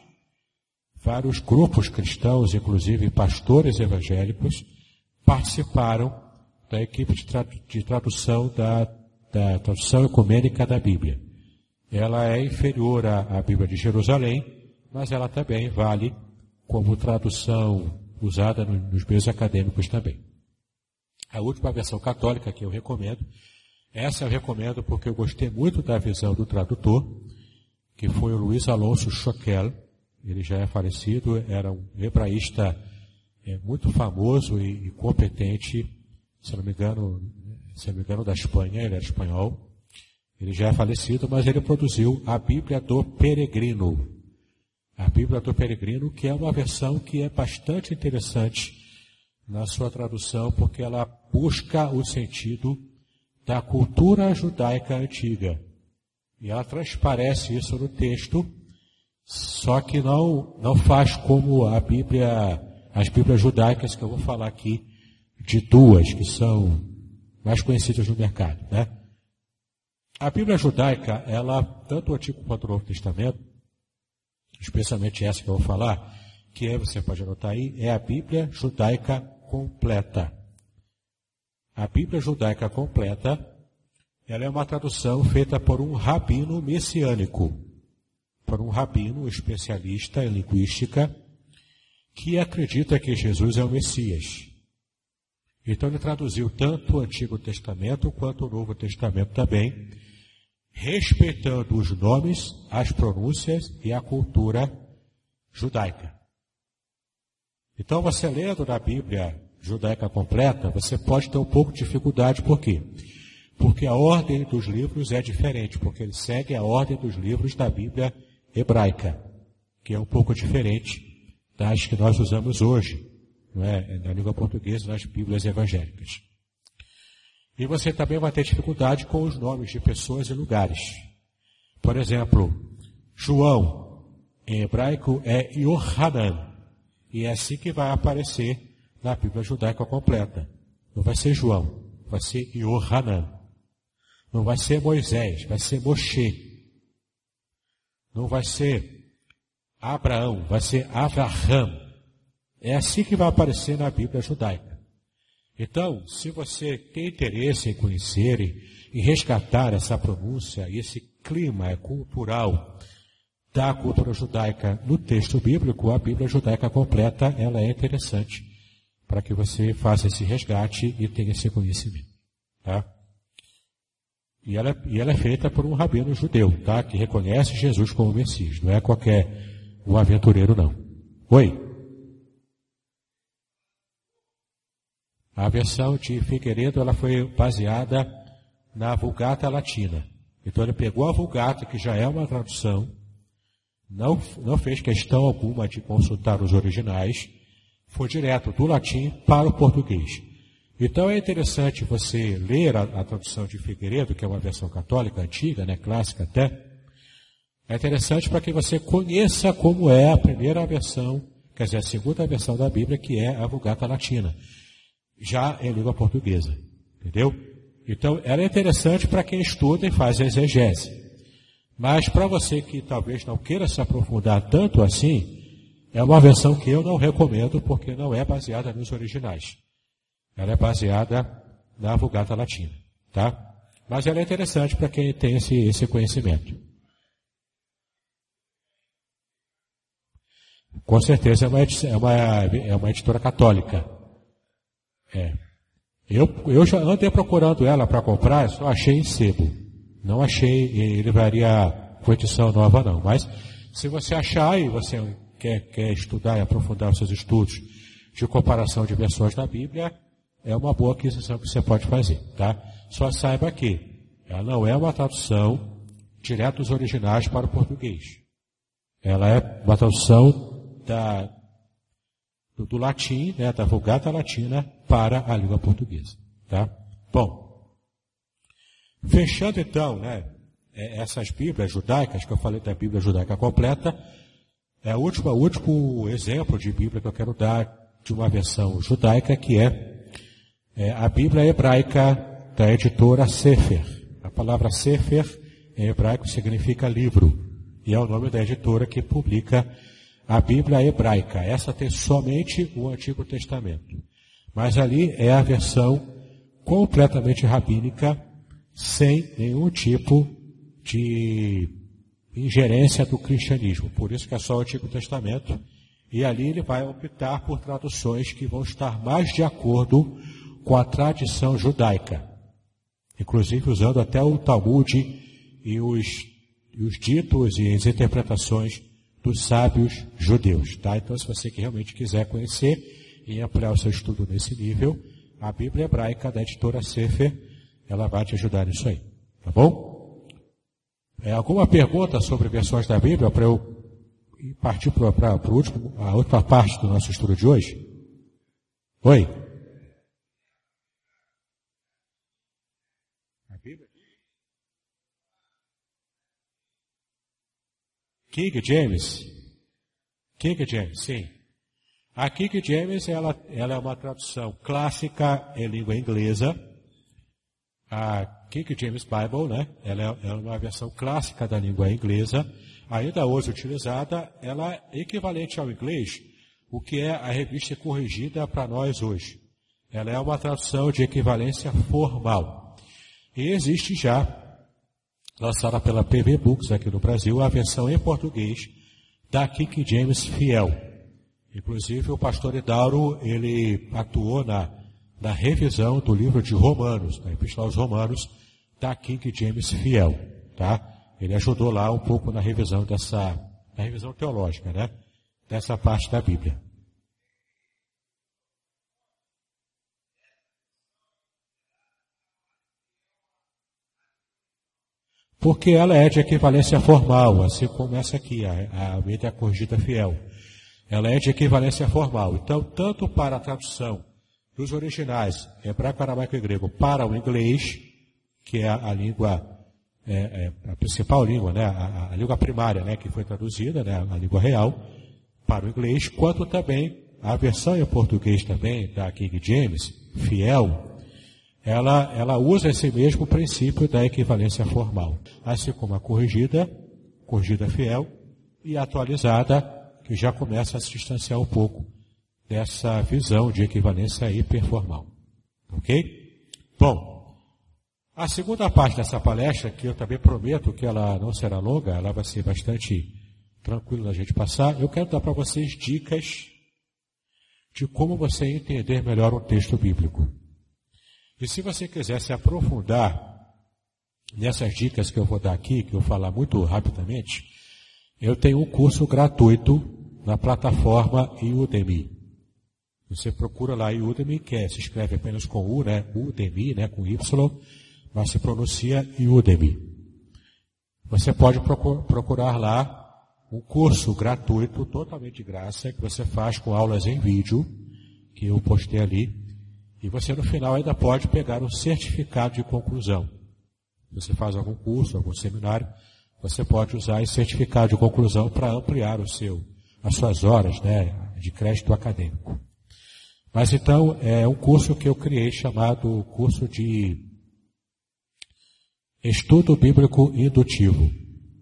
grupos cristãos, inclusive pastores evangélicos, participaram da equipe de tradução da tradução ecumênica da Bíblia. Ela é inferior à Bíblia de Jerusalém, mas ela também vale como tradução usada nos meios acadêmicos também. A última versão católica que eu recomendo, essa eu recomendo porque eu gostei muito da visão do tradutor, que foi o Luiz Alonso Choquel. Ele já é falecido, era um hebraísta muito famoso e competente, se não me engano da Espanha, ele era espanhol. Ele já é falecido, mas ele produziu a Bíblia do Peregrino. A Bíblia do Peregrino, que é uma versão que é bastante interessante na sua tradução, porque ela busca o sentido da cultura judaica antiga. E ela transparece isso no texto, só que não faz como as Bíblias judaicas que eu vou falar aqui, de 2 que são mais conhecidas no mercado, né? A Bíblia judaica, ela, tanto o Antigo quanto o Novo Testamento, especialmente essa que eu vou falar, que você pode anotar aí, é a Bíblia judaica completa. A Bíblia judaica completa, ela é uma tradução feita por um rabino messiânico, por um rabino especialista em linguística, que acredita que Jesus é o Messias. Então ele traduziu tanto o Antigo Testamento quanto o Novo Testamento também, respeitando os nomes, as pronúncias e a cultura judaica. Então, você lendo na Bíblia judaica completa, você pode ter um pouco de dificuldade. Por quê? Porque a ordem dos livros é diferente, porque ele segue a ordem dos livros da Bíblia hebraica, que é um pouco diferente das que nós usamos hoje, não é? Na língua portuguesa, nas Bíblias evangélicas. E você também vai ter dificuldade com os nomes de pessoas e lugares. Por exemplo, João, em hebraico, é Yohanan. E é assim que vai aparecer na Bíblia judaica completa. Não vai ser João, vai ser Yohanan. Não vai ser Moisés, vai ser Moshe. Não vai ser Abraão, vai ser Avraham. É assim que vai aparecer na Bíblia judaica. Então, se você tem interesse em conhecer e resgatar essa pronúncia e esse clima cultural da cultura judaica no texto bíblico, a Bíblia judaica completa, ela é interessante para que você faça esse resgate e tenha esse conhecimento. Tá? E ela é feita por um rabino judeu, tá? Que reconhece Jesus como Messias. Não é qualquer um aventureiro, não. Oi? A versão de Figueiredo, ela foi baseada na Vulgata Latina. Então ele pegou a Vulgata, que já é uma tradução, não fez questão alguma de consultar os originais, foi direto do latim para o português. Então é interessante você ler a tradução de Figueiredo, que é uma versão católica antiga, né, clássica até. É interessante para que você conheça como é a primeira versão, quer dizer, a segunda versão da Bíblia, que é a Vulgata Latina, já em língua portuguesa. Entendeu? Então, ela é interessante para quem estuda e faz a exegese. Mas para você que talvez não queira se aprofundar tanto assim, é uma versão que eu não recomendo, porque não é baseada nos originais. Ela é baseada na Vulgata Latina, tá? Mas ela é interessante para quem tem esse conhecimento. Com certeza é uma editora católica. Eu já andei procurando ela para comprar, só achei em sebo. Não achei em livraria com edição nova, não. Mas se você achar e você quer estudar e aprofundar os seus estudos de comparação de versões da Bíblia, é uma boa aquisição que você pode fazer, tá? Só saiba que ela não é uma tradução direta dos originais para o português. Ela é uma tradução do latim, né, da Vulgata Latina para a língua portuguesa, tá? Bom, fechando então, né, essas Bíblias judaicas, que eu falei da Bíblia judaica completa, o último exemplo de Bíblia que eu quero dar de uma versão judaica, que é a Bíblia hebraica da editora Sefer. A palavra Sefer em hebraico significa livro, e é o nome da editora que publica a Bíblia hebraica. Essa tem somente o Antigo Testamento. Mas ali é a versão completamente rabínica, sem nenhum tipo de ingerência do cristianismo. Por isso que é só o Antigo Testamento. E ali ele vai optar por traduções que vão estar mais de acordo com a tradição judaica. Inclusive usando até o Talmud e os ditos e as interpretações dos sábios judeus, tá? Então, se você que realmente quiser conhecer e ampliar o seu estudo nesse nível, a Bíblia hebraica da editora Sefer, ela vai te ajudar nisso aí, tá bom? Alguma pergunta sobre versões da Bíblia para eu partir para a última parte do nosso estudo de hoje? Oi? A Bíblia? King James, sim. A King James, ela é uma tradução clássica em língua inglesa. A King James Bible, né? Ela é uma versão clássica da língua inglesa, ainda hoje utilizada. Ela é equivalente ao inglês, o que é a revista corrigida para nós hoje. Ela é uma tradução de equivalência formal. E existe já, lançada pela PV Books aqui no Brasil, a versão em português da King James Fiel. Inclusive o pastor Idauro, ele atuou na revisão do livro de Romanos, da Epístola aos Romanos, da King James Fiel, tá? Ele ajudou lá um pouco na revisão na revisão teológica, né? dessa parte da Bíblia. Porque ela é de equivalência formal, assim como essa aqui, a Almeida Corrigida Fiel. Ela é de equivalência formal. Então, tanto para a tradução dos originais, hebraico, aramaico e grego, para o inglês, que é a língua, a principal língua, né, a língua primária, né, que foi traduzida, né, a língua real, para o inglês, quanto também a versão em português também, da King James, fiel, ela usa esse mesmo princípio da equivalência formal. Assim como a corrigida fiel, e a atualizada, que já começa a se distanciar um pouco dessa visão de equivalência hiperformal. Ok? Bom, a segunda parte dessa palestra, que eu também prometo que ela não será longa, ela vai ser bastante tranquila da gente passar, eu quero dar para vocês dicas de como você entender melhor um texto bíblico. E se você quiser se aprofundar nessas dicas que eu vou dar aqui, que eu vou falar muito rapidamente, eu tenho um curso gratuito na plataforma Udemy. Você procura lá Udemy, que se escreve apenas com U, né? Udemy, né? Com Y, mas se pronuncia Udemy. Você pode procurar lá um curso gratuito, totalmente de graça, que você faz com aulas em vídeo, que eu postei ali. E você no final ainda pode pegar um certificado de conclusão. Se você faz algum curso, algum seminário, você pode usar esse certificado de conclusão para ampliar as suas horas, né, de crédito acadêmico. Mas então, é um curso que eu criei chamado curso de Estudo Bíblico Indutivo.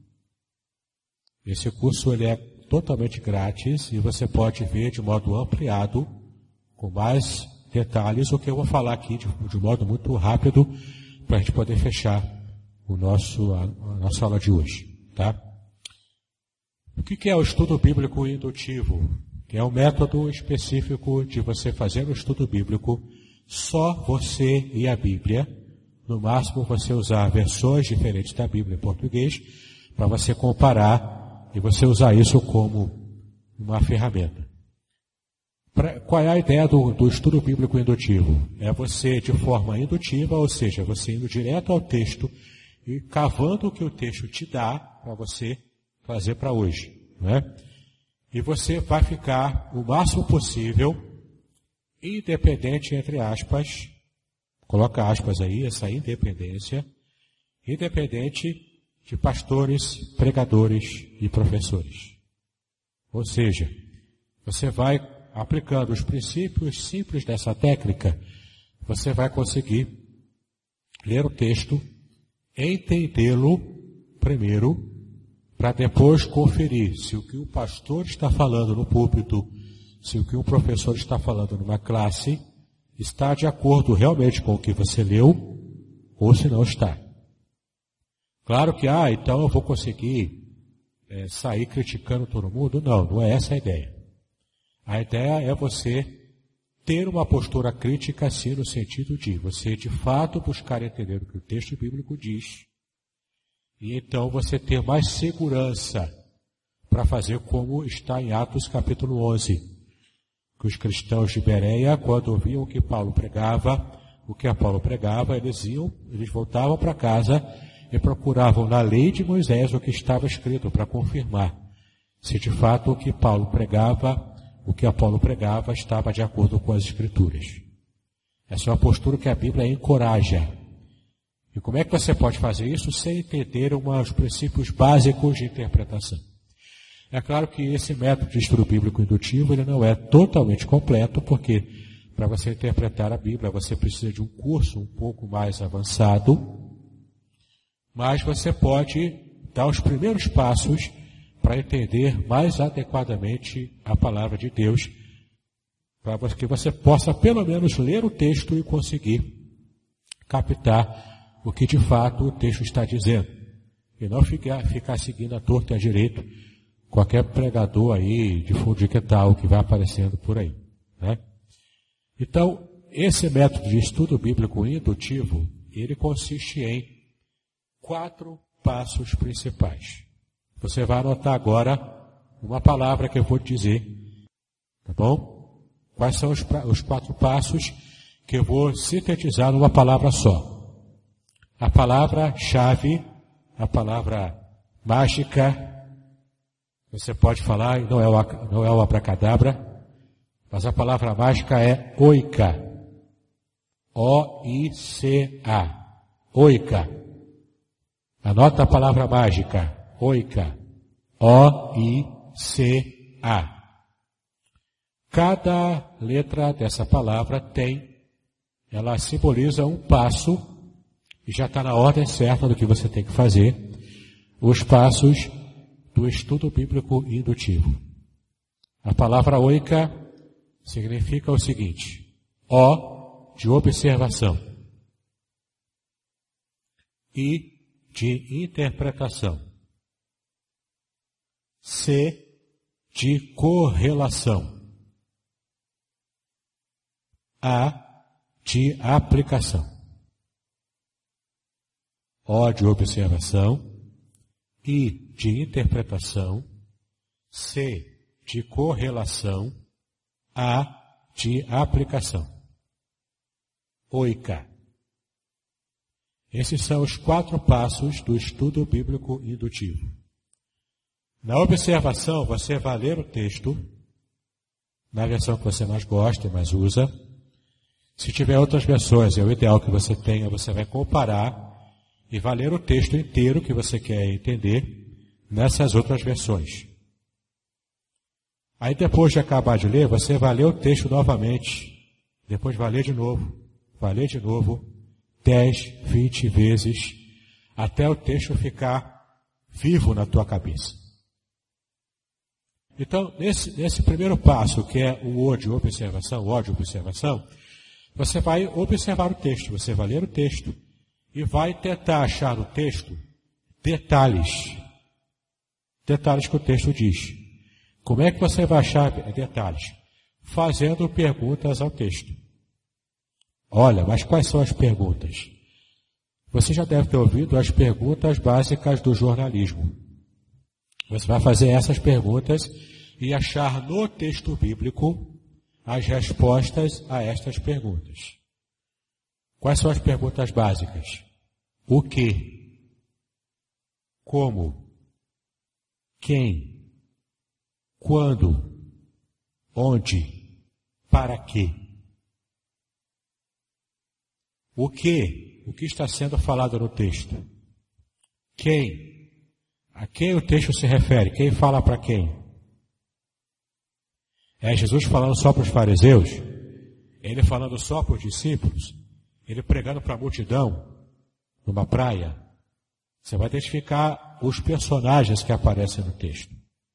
Esse curso ele é totalmente grátis e você pode ver de modo ampliado, com mais detalhes, o que eu vou falar aqui de modo muito rápido, para a gente poder fechar a nossa aula de hoje. Tá? O que é o estudo bíblico indutivo? É um método específico de você fazer o estudo bíblico, só você e a Bíblia. No máximo você usar versões diferentes da Bíblia em português, para você comparar e você usar isso como uma ferramenta. Qual é a ideia do estudo bíblico indutivo? É você, de forma indutiva, ou seja, você indo direto ao texto e cavando o que o texto te dá para você trazer para hoje. Não é? E você vai ficar o máximo possível independente, entre aspas, coloca aspas aí, essa independência, independente de pastores, pregadores e professores. Ou seja, você vai aplicando os princípios simples dessa técnica, você vai conseguir ler o texto, entendê-lo primeiro, para depois conferir se o que o pastor está falando no púlpito, se o que o professor está falando numa classe, está de acordo realmente com o que você leu, ou se não está. Claro que, então eu vou conseguir sair criticando todo mundo. Não, não é essa a ideia. A ideia é você ter uma postura crítica, assim, no sentido de você, de fato, buscar entender o que o texto bíblico diz, e então você ter mais segurança para fazer como está em Atos capítulo 11, que os cristãos de Bereia, quando ouviam o que Paulo pregava, eles voltavam para casa e procuravam na lei de Moisés o que estava escrito para confirmar se de fato o que Apolo pregava estava de acordo com as Escrituras. Essa é uma postura que a Bíblia encoraja. E como é que você pode fazer isso sem entender os princípios básicos de interpretação? É claro que esse método de estudo bíblico indutivo ele não é totalmente completo, porque para você interpretar a Bíblia você precisa de um curso um pouco mais avançado, mas você pode dar os primeiros passos para entender mais adequadamente a palavra de Deus, para que você possa pelo menos ler o texto e conseguir captar o que de fato o texto está dizendo. E não ficar seguindo a torta e a direito qualquer pregador aí de fundo de quintal que vai aparecendo por aí. Né? Então, esse método de estudo bíblico indutivo, ele consiste em 4 passos principais. Você vai anotar agora uma palavra que eu vou te dizer. Tá bom? Quais são os 4 passos que eu vou sintetizar numa palavra só? A palavra-chave, a palavra mágica, você pode falar, não é o abracadabra, mas a palavra mágica é oika. O-I-C-A. Oika. Anota a palavra mágica. Oika. O-I-C-A. Cada letra dessa palavra ela simboliza um passo, e já está na ordem certa do que você tem que fazer, os passos do estudo bíblico indutivo. A palavra oika significa o seguinte: O de observação, I de interpretação, C de correlação, A de aplicação. O de observação, I de interpretação, C de correlação, A de aplicação. Oika. Esses são os 4 passos do estudo bíblico indutivo. Na observação, você vai ler o texto, na versão que você mais gosta e mais usa. Se tiver outras versões, é o ideal que você tenha, você vai comparar e vai ler o texto inteiro que você quer entender nessas outras versões. Aí depois de acabar de ler, você vai ler o texto novamente. Depois vai ler de novo. Vai ler de novo 10, 20 vezes, até o texto ficar vivo na tua cabeça. Então, nesse primeiro passo, que é o de observação, você vai observar o texto, você vai ler o texto e vai tentar achar no texto detalhes que o texto diz. Como é que você vai achar detalhes? Fazendo perguntas ao texto. Olha, mas quais são as perguntas? Você já deve ter ouvido as perguntas básicas do jornalismo. Você vai fazer essas perguntas e achar no texto bíblico as respostas a estas perguntas. Quais são as perguntas básicas? O que? Como? Quem? Quando? Onde? Para quê? O que? O que está sendo falado no texto? Quem? A quem o texto se refere? Quem fala para quem? É Jesus falando só para os fariseus? Ele falando só para os discípulos? Ele pregando para a multidão numa praia? Você vai identificar os personagens que aparecem no texto.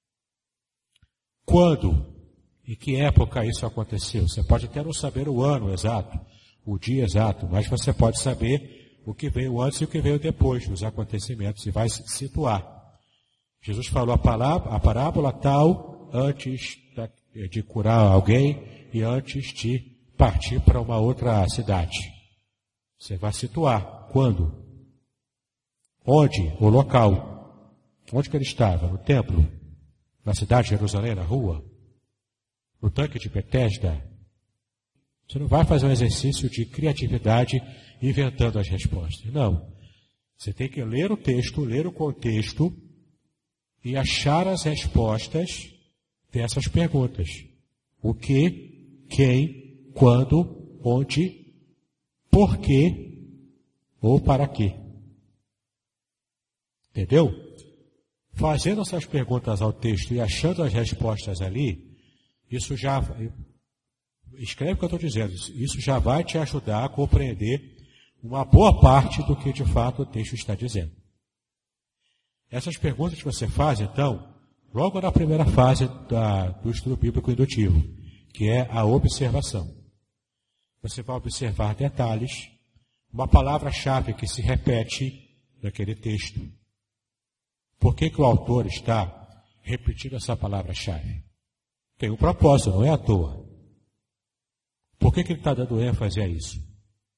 Quando? Em que época isso aconteceu? Você pode até não saber o ano exato, o dia exato, mas você pode saber o que veio antes e o que veio depois dos acontecimentos e vai se situar. Jesus falou a parábola tal antes de curar alguém e antes de partir para uma outra cidade. Você vai situar. Quando? Onde? O local. Onde que ele estava? No templo? Na cidade de Jerusalém? Na rua? No tanque de Betesda? Você não vai fazer um exercício de criatividade inventando as respostas. Não. Você tem que ler o texto, ler o contexto e achar as respostas dessas perguntas. O que, quem, quando, onde, por quê ou para quê. Entendeu? Fazendo essas perguntas ao texto e achando as respostas ali, isso já... Escreve o que eu estou dizendo. Isso já vai te ajudar a compreender uma boa parte do que de fato o texto está dizendo. Essas perguntas que você faz, então, logo na primeira fase do estudo bíblico indutivo, que é a observação. Você vai observar detalhes, uma palavra-chave que se repete naquele texto. Por que o autor está repetindo essa palavra-chave? Tem um propósito, não é à toa. Por que ele está dando ênfase a isso?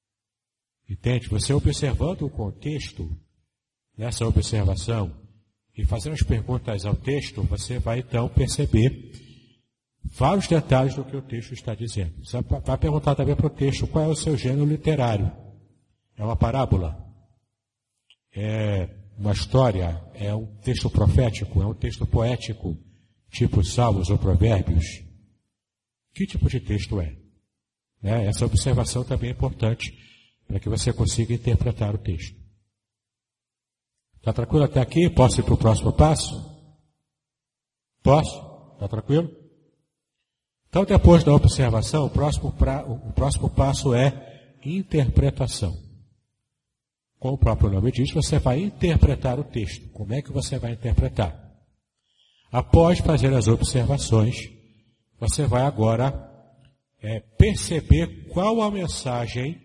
Entende? Você observando o contexto, nessa observação, e fazendo as perguntas ao texto, você vai então perceber vários detalhes do que o texto está dizendo. Você vai perguntar também para o texto qual é o seu gênero literário. É uma parábola? É uma história? É um texto profético? É um texto poético? Tipo Salmos ou Provérbios? Que tipo de texto é? Essa observação também é importante para que você consiga interpretar o texto. Está tranquilo até aqui? Posso ir para o próximo passo? Posso? Está tranquilo? Então, depois da observação, o próximo passo é interpretação. Como o próprio nome diz, você vai interpretar o texto. Como é que você vai interpretar? Após fazer as observações, você vai agora perceber qual a mensagem,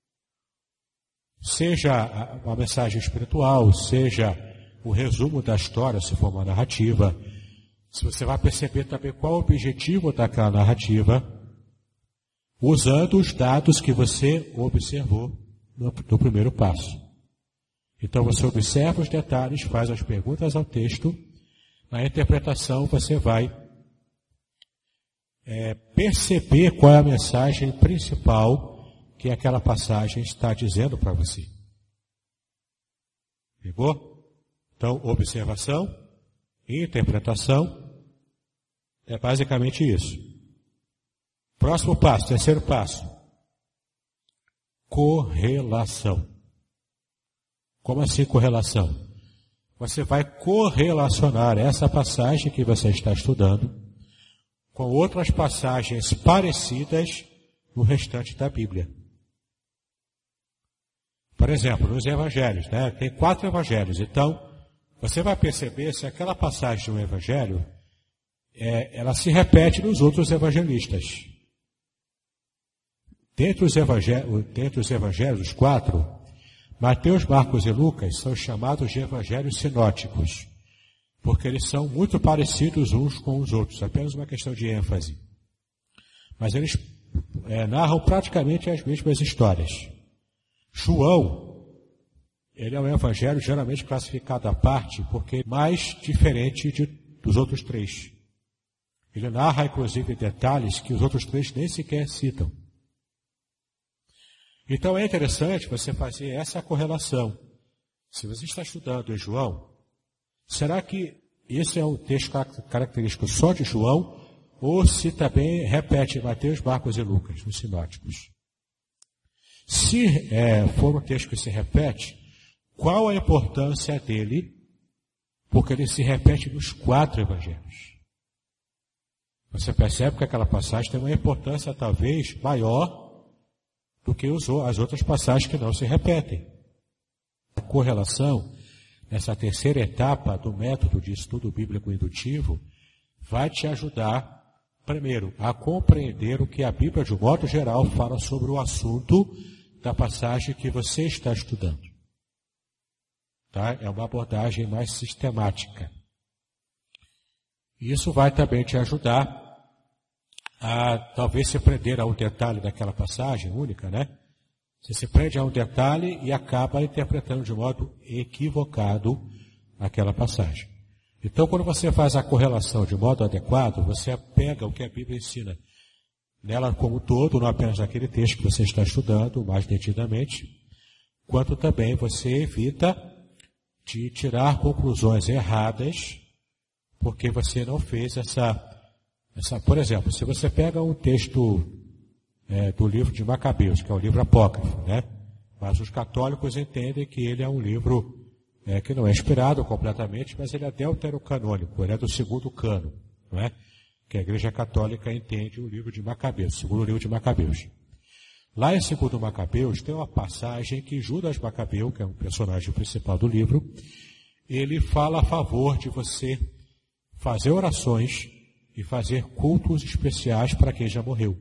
seja uma mensagem espiritual, seja o resumo da história, se for uma narrativa. Se você vai perceber também qual o objetivo daquela narrativa, usando os dados que você observou no primeiro passo. Então você observa os detalhes, faz as perguntas ao texto. Na interpretação você vai perceber qual é a mensagem principal que aquela passagem está dizendo para você. Pegou? Então, observação, interpretação, é basicamente isso. Próximo passo, terceiro passo. Correlação. Como assim correlação? Você vai correlacionar essa passagem que você está estudando com outras passagens parecidas no restante da Bíblia. Por exemplo, nos evangelhos, tem 4 evangelhos. Então, você vai perceber se aquela passagem de um evangelho, ela se repete nos outros evangelistas. Dentre os evangelhos, os 4, Mateus, Marcos e Lucas são chamados de evangelhos sinóticos, porque eles são muito parecidos uns com os outros, apenas uma questão de ênfase. Mas eles narram praticamente as mesmas histórias. João, ele é um evangelho geralmente classificado à parte, porque é mais diferente dos outros 3. Ele narra, inclusive, detalhes que os outros 3 nem sequer citam. Então é interessante você fazer essa correlação. Se você está estudando em João, será que esse é um texto característico só de João, ou se também repete Mateus, Marcos e Lucas, nos sinóticos? Se for um texto que se repete, qual a importância dele? Porque ele se repete nos 4 evangelhos. Você percebe que aquela passagem tem uma importância talvez maior do que as outras passagens que não se repetem. A correlação, nessa terceira etapa do método de estudo bíblico indutivo, vai te ajudar, primeiro, a compreender o que a Bíblia, de um modo geral, fala sobre o assunto da passagem que você está estudando. Tá? É uma abordagem mais sistemática. Isso vai também te ajudar a talvez se prender a um detalhe daquela passagem única, Você se prende a um detalhe e acaba interpretando de modo equivocado aquela passagem. Então, quando você faz a correlação de modo adequado, você pega o que a Bíblia ensina nela como um todo, não apenas naquele texto que você está estudando mais detidamente, quanto também você evita de tirar conclusões erradas, porque você não fez por exemplo, se você pega um texto do livro de Macabeus, que é um livro apócrifo, mas os católicos entendem que ele é um livro que não é inspirado completamente, mas ele é deuterocanônico, ele é do segundo cano, que a Igreja Católica entende o livro de Macabeus, o segundo livro de Macabeus. Lá em segundo Macabeus tem uma passagem que Judas Macabeu, que é um personagem principal do livro, ele fala a favor de você fazer orações e fazer cultos especiais para quem já morreu.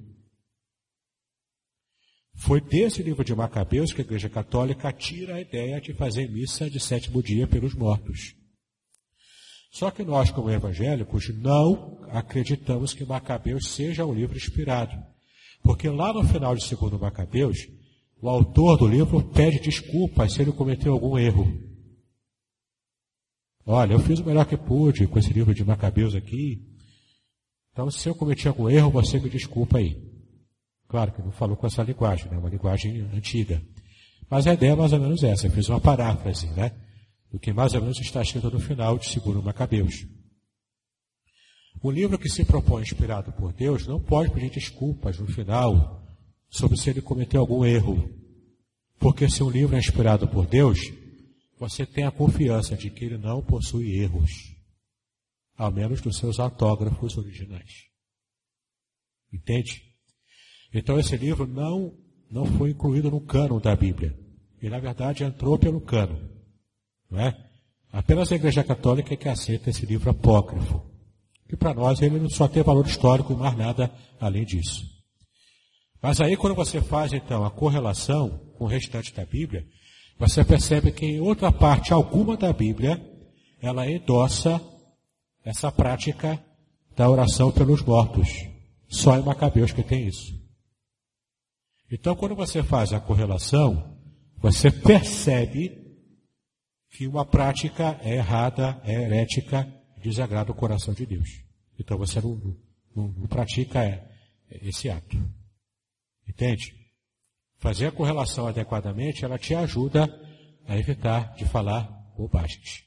Foi desse livro de Macabeus que a Igreja Católica tira a ideia de fazer missa de 7º dia pelos mortos. Só que nós, como evangélicos, não acreditamos que Macabeus seja um livro inspirado. Porque lá no final de 2 Macabeus, o autor do livro pede desculpas se ele cometeu algum erro. Olha, eu fiz o melhor que pude com esse livro de Macabeus aqui. Então, se eu cometi algum erro, você me desculpa aí. Claro que não falou com essa linguagem, né? Uma linguagem antiga. Mas a ideia é mais ou menos essa. Eu fiz uma paráfrase, né? Do que mais ou menos está escrito no final de 2 Macabeus. Um livro que se propõe inspirado por Deus não pode pedir desculpas no final sobre se ele cometeu algum erro. Porque se um livro é inspirado por Deus, você tem a confiança de que ele não possui erros. Ao menos dos seus autógrafos originais. Entende? Então esse livro não foi incluído no cânon da Bíblia. Ele, na verdade, entrou pelo cânon. Não é? Apenas a Igreja Católica é que aceita esse livro apócrifo. Que para nós ele só tem valor histórico e mais nada além disso. Mas aí quando você faz então a correlação com o restante da Bíblia, você percebe que em outra parte alguma da Bíblia, ela endossa essa prática da oração pelos mortos. Só em Macabeus que tem isso. Então, quando você faz a correlação, você percebe que uma prática é errada, é herética, desagrada o coração de Deus. Então, você não pratica esse ato. Entende? Fazer a correlação adequadamente, ela te ajuda a evitar de falar bobagens.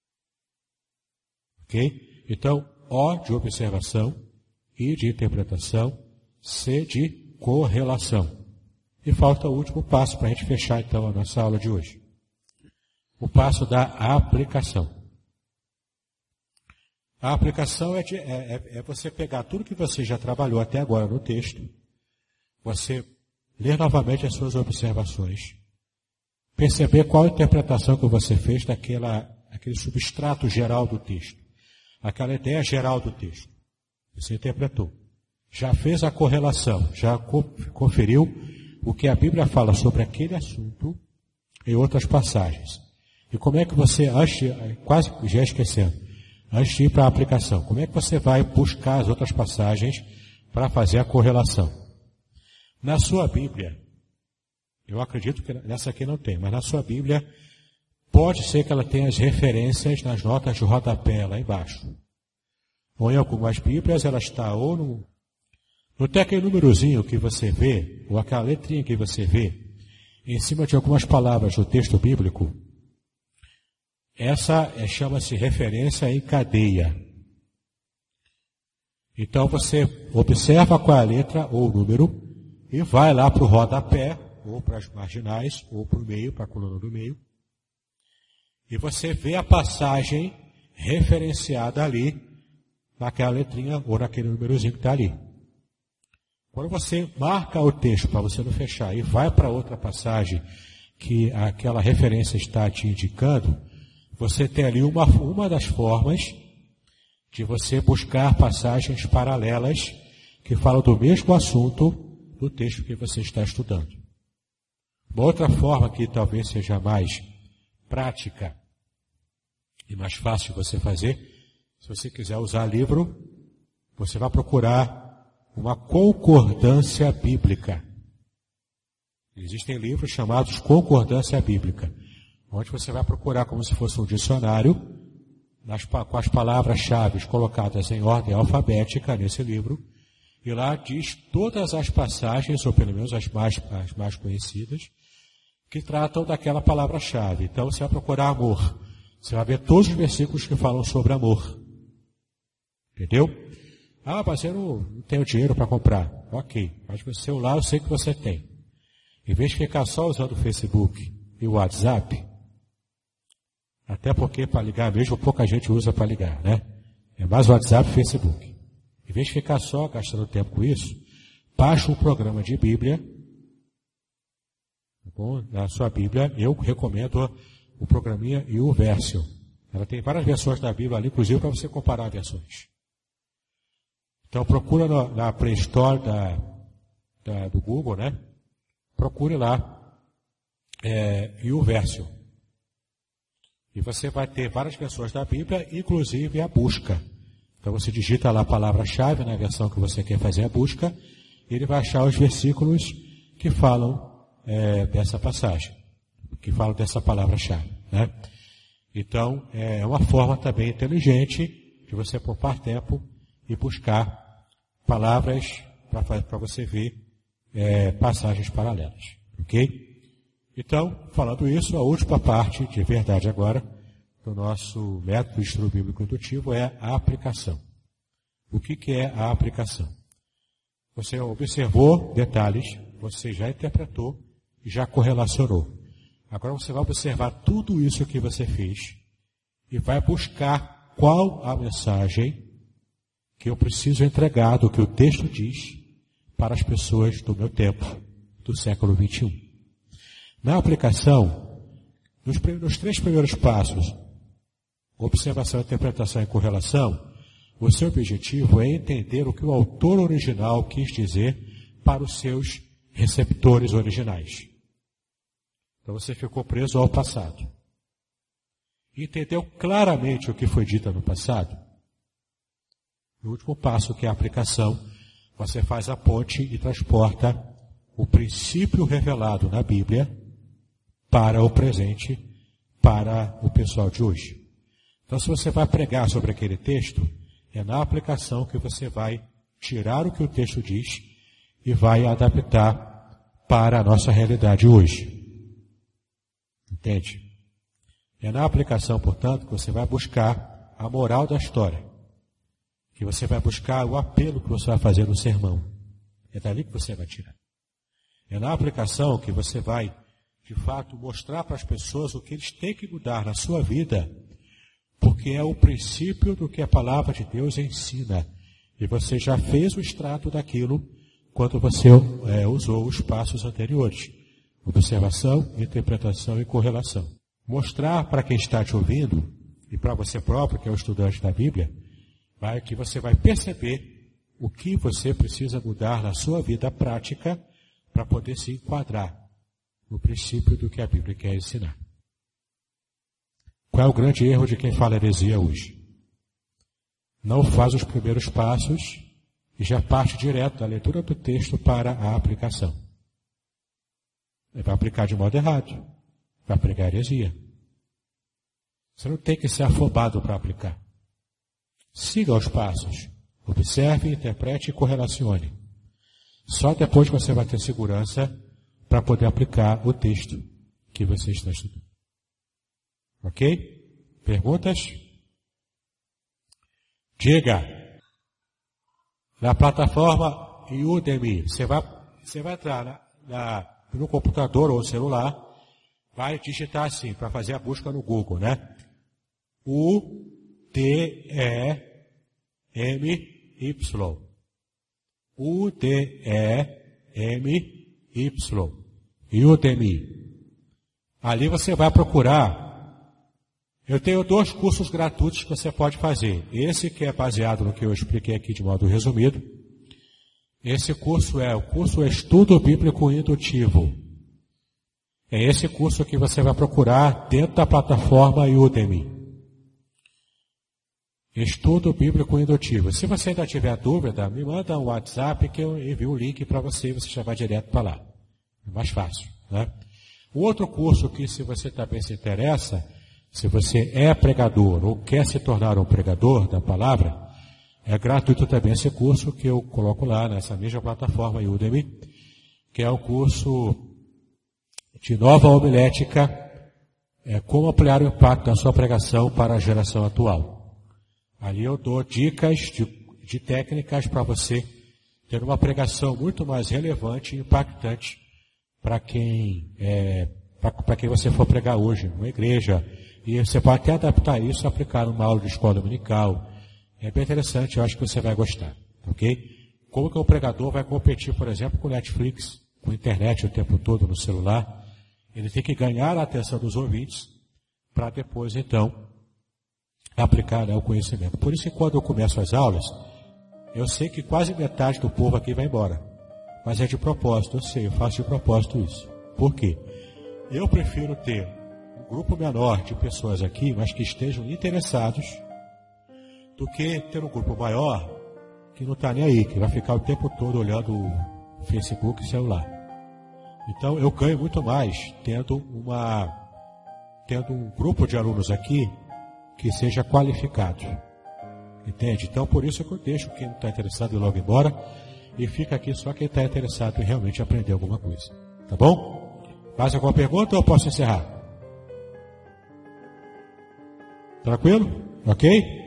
Ok? Então, O de observação, I de interpretação, C de correlação. E falta o último passo para a gente fechar então a nossa aula de hoje. O passo da aplicação. A aplicação é você pegar tudo que você já trabalhou até agora no texto, você ler novamente as suas observações, perceber qual a interpretação que você fez daquele substrato geral do texto. Aquela ideia geral do texto. Você interpretou. Já fez a correlação, já conferiu o que a Bíblia fala sobre aquele assunto em outras passagens. E como é que você, quase já esquecendo, antes de ir para a aplicação, como é que você vai buscar as outras passagens para fazer a correlação? Na sua Bíblia, eu acredito que nessa aqui não tem, mas na sua Bíblia, pode ser que ela tenha as referências nas notas de rodapé lá embaixo. Ou em algumas Bíblias ela está ou no tem aquele númerozinho que você vê, ou aquela letrinha que você vê, em cima de algumas palavras do texto bíblico. Essa chama-se referência em cadeia. Então você observa qual é a letra ou o número e vai lá para o rodapé, ou para as marginais, ou para o meio, para a coluna do meio. E você vê a passagem referenciada ali, naquela letrinha ou naquele númerozinho que está ali. Quando você marca o texto para você não fechar e vai para outra passagem que aquela referência está te indicando, você tem ali uma das formas de você buscar passagens paralelas que falam do mesmo assunto do texto que você está estudando. Uma outra forma que talvez seja mais prática e mais fácil de você fazer, se você quiser usar livro, você vai procurar uma concordância bíblica. Existem livros chamados concordância bíblica, onde você vai procurar como se fosse um dicionário, com as palavras-chave colocadas em ordem alfabética nesse livro, e lá diz todas as passagens, ou pelo menos as mais conhecidas, que tratam daquela palavra-chave. Então você vai procurar amor. Você vai ver todos os versículos que falam sobre amor. Entendeu? Ah, mas eu não tenho dinheiro para comprar. Ok, mas o celular eu sei que você tem. Em vez de ficar só usando o Facebook e o WhatsApp, até porque para ligar mesmo pouca gente usa para ligar, né? É mais o WhatsApp e o Facebook. Em vez de ficar só gastando tempo com isso, baixa um programa de Bíblia. Tá bom? Na sua Bíblia, eu recomendo o programinha YouVersion. Ela tem várias versões da Bíblia ali, inclusive para você comparar versões. Então procura na Play Store do Google, né? Procure lá YouVersion. E você vai ter várias versões da Bíblia, inclusive a busca. Então você digita lá a palavra-chave na versão que você quer fazer a busca, e ele vai achar os versículos que falam dessa passagem, que falam dessa palavra-chave, né? Então, é uma forma também inteligente de você poupar tempo e buscar palavras para você ver passagens paralelas. Ok? Então, falando isso, a última parte, de verdade agora, do nosso método de estudo bíblico indutivo é a aplicação. O que é a aplicação? Você observou detalhes, você já interpretou e já correlacionou. Agora você vai observar tudo isso que você fez e vai buscar qual a mensagem que eu preciso entregar do que o texto diz para as pessoas do meu tempo, do século XXI. Na aplicação, nos 3 primeiros passos, observação, interpretação e correlação, o seu objetivo é entender o que o autor original quis dizer para os seus receptores originais. Então você ficou preso ao passado. Entendeu claramente o que foi dito no passado? No último passo, que é a aplicação, você faz a ponte e transporta o princípio revelado na Bíblia para o presente, para o pessoal de hoje. Então, se você vai pregar sobre aquele texto, é na aplicação que você vai tirar o que o texto diz e vai adaptar para a nossa realidade hoje. Entende? É na aplicação, portanto, que você vai buscar a moral da história. Que você vai buscar o apelo que você vai fazer no sermão. É dali que você vai tirar. É na aplicação que você vai, de fato, mostrar para as pessoas o que eles têm que mudar na sua vida, porque é o princípio do que a palavra de Deus ensina. E você já fez o extrato daquilo quando você usou os passos anteriores. Observação, interpretação e correlação. Mostrar para quem está te ouvindo, e para você próprio, que é o estudante da Bíblia, que você vai perceber o que você precisa mudar na sua vida prática para poder se enquadrar no princípio do que a Bíblia quer ensinar. Qual é o grande erro de quem fala heresia hoje? Não faz os primeiros passos e já parte direto da leitura do texto para a aplicação. Ele vai aplicar de modo errado. Vai pregar heresia. Você não tem que ser afobado para aplicar. Siga os passos. Observe, interprete e correlacione. Só depois você vai ter segurança para poder aplicar o texto que você está estudando. Ok? Perguntas? Diga. Na plataforma Udemy, você vai entrar no computador ou celular, vai digitar assim, para fazer a busca no Google, né? U-D-E-M-Y. U-D-E-M-Y. Udemy. Ali você vai procurar. Eu tenho 2 cursos gratuitos que você pode fazer. Esse que é baseado no que eu expliquei aqui de modo resumido. Esse curso é o curso Estudo Bíblico Indutivo. É esse curso que você vai procurar dentro da plataforma Udemy. Estudo Bíblico Indutivo. Se você ainda tiver dúvida, me manda um WhatsApp que eu envio o link para você e você já vai direto para lá. É mais fácil, né? O outro curso que, se você também se interessa, se você é pregador ou quer se tornar um pregador da palavra, é gratuito também esse curso que eu coloco lá nessa mesma plataforma Udemy, que é o curso de nova homilética, como ampliar o impacto da sua pregação para a geração atual. Ali eu dou dicas de técnicas para você ter uma pregação muito mais relevante e impactante para quem você for pregar hoje, numa igreja. E você pode até adaptar isso e aplicar numa aula de escola dominical. É bem interessante, eu acho que você vai gostar. Ok? Como que o pregador vai competir, por exemplo, com Netflix, com internet o tempo todo no celular? Ele tem que ganhar a atenção dos ouvintes para depois, então, aplicar o conhecimento. Por isso que quando eu começo as aulas, eu sei que quase metade do povo aqui vai embora. Mas é de propósito, eu sei, eu faço de propósito isso. Por quê? Eu prefiro ter um grupo menor de pessoas aqui, mas que estejam interessados, do que ter um grupo maior que não está nem aí, que vai ficar o tempo todo olhando o Facebook e celular. Então eu ganho muito mais tendo tendo um grupo de alunos aqui que seja qualificado. Entende? Então, por isso que eu deixo quem não está interessado em ir logo embora e fica aqui só quem está interessado em realmente aprender alguma coisa. Tá bom? Mais alguma pergunta ou eu posso encerrar? Tranquilo? Ok?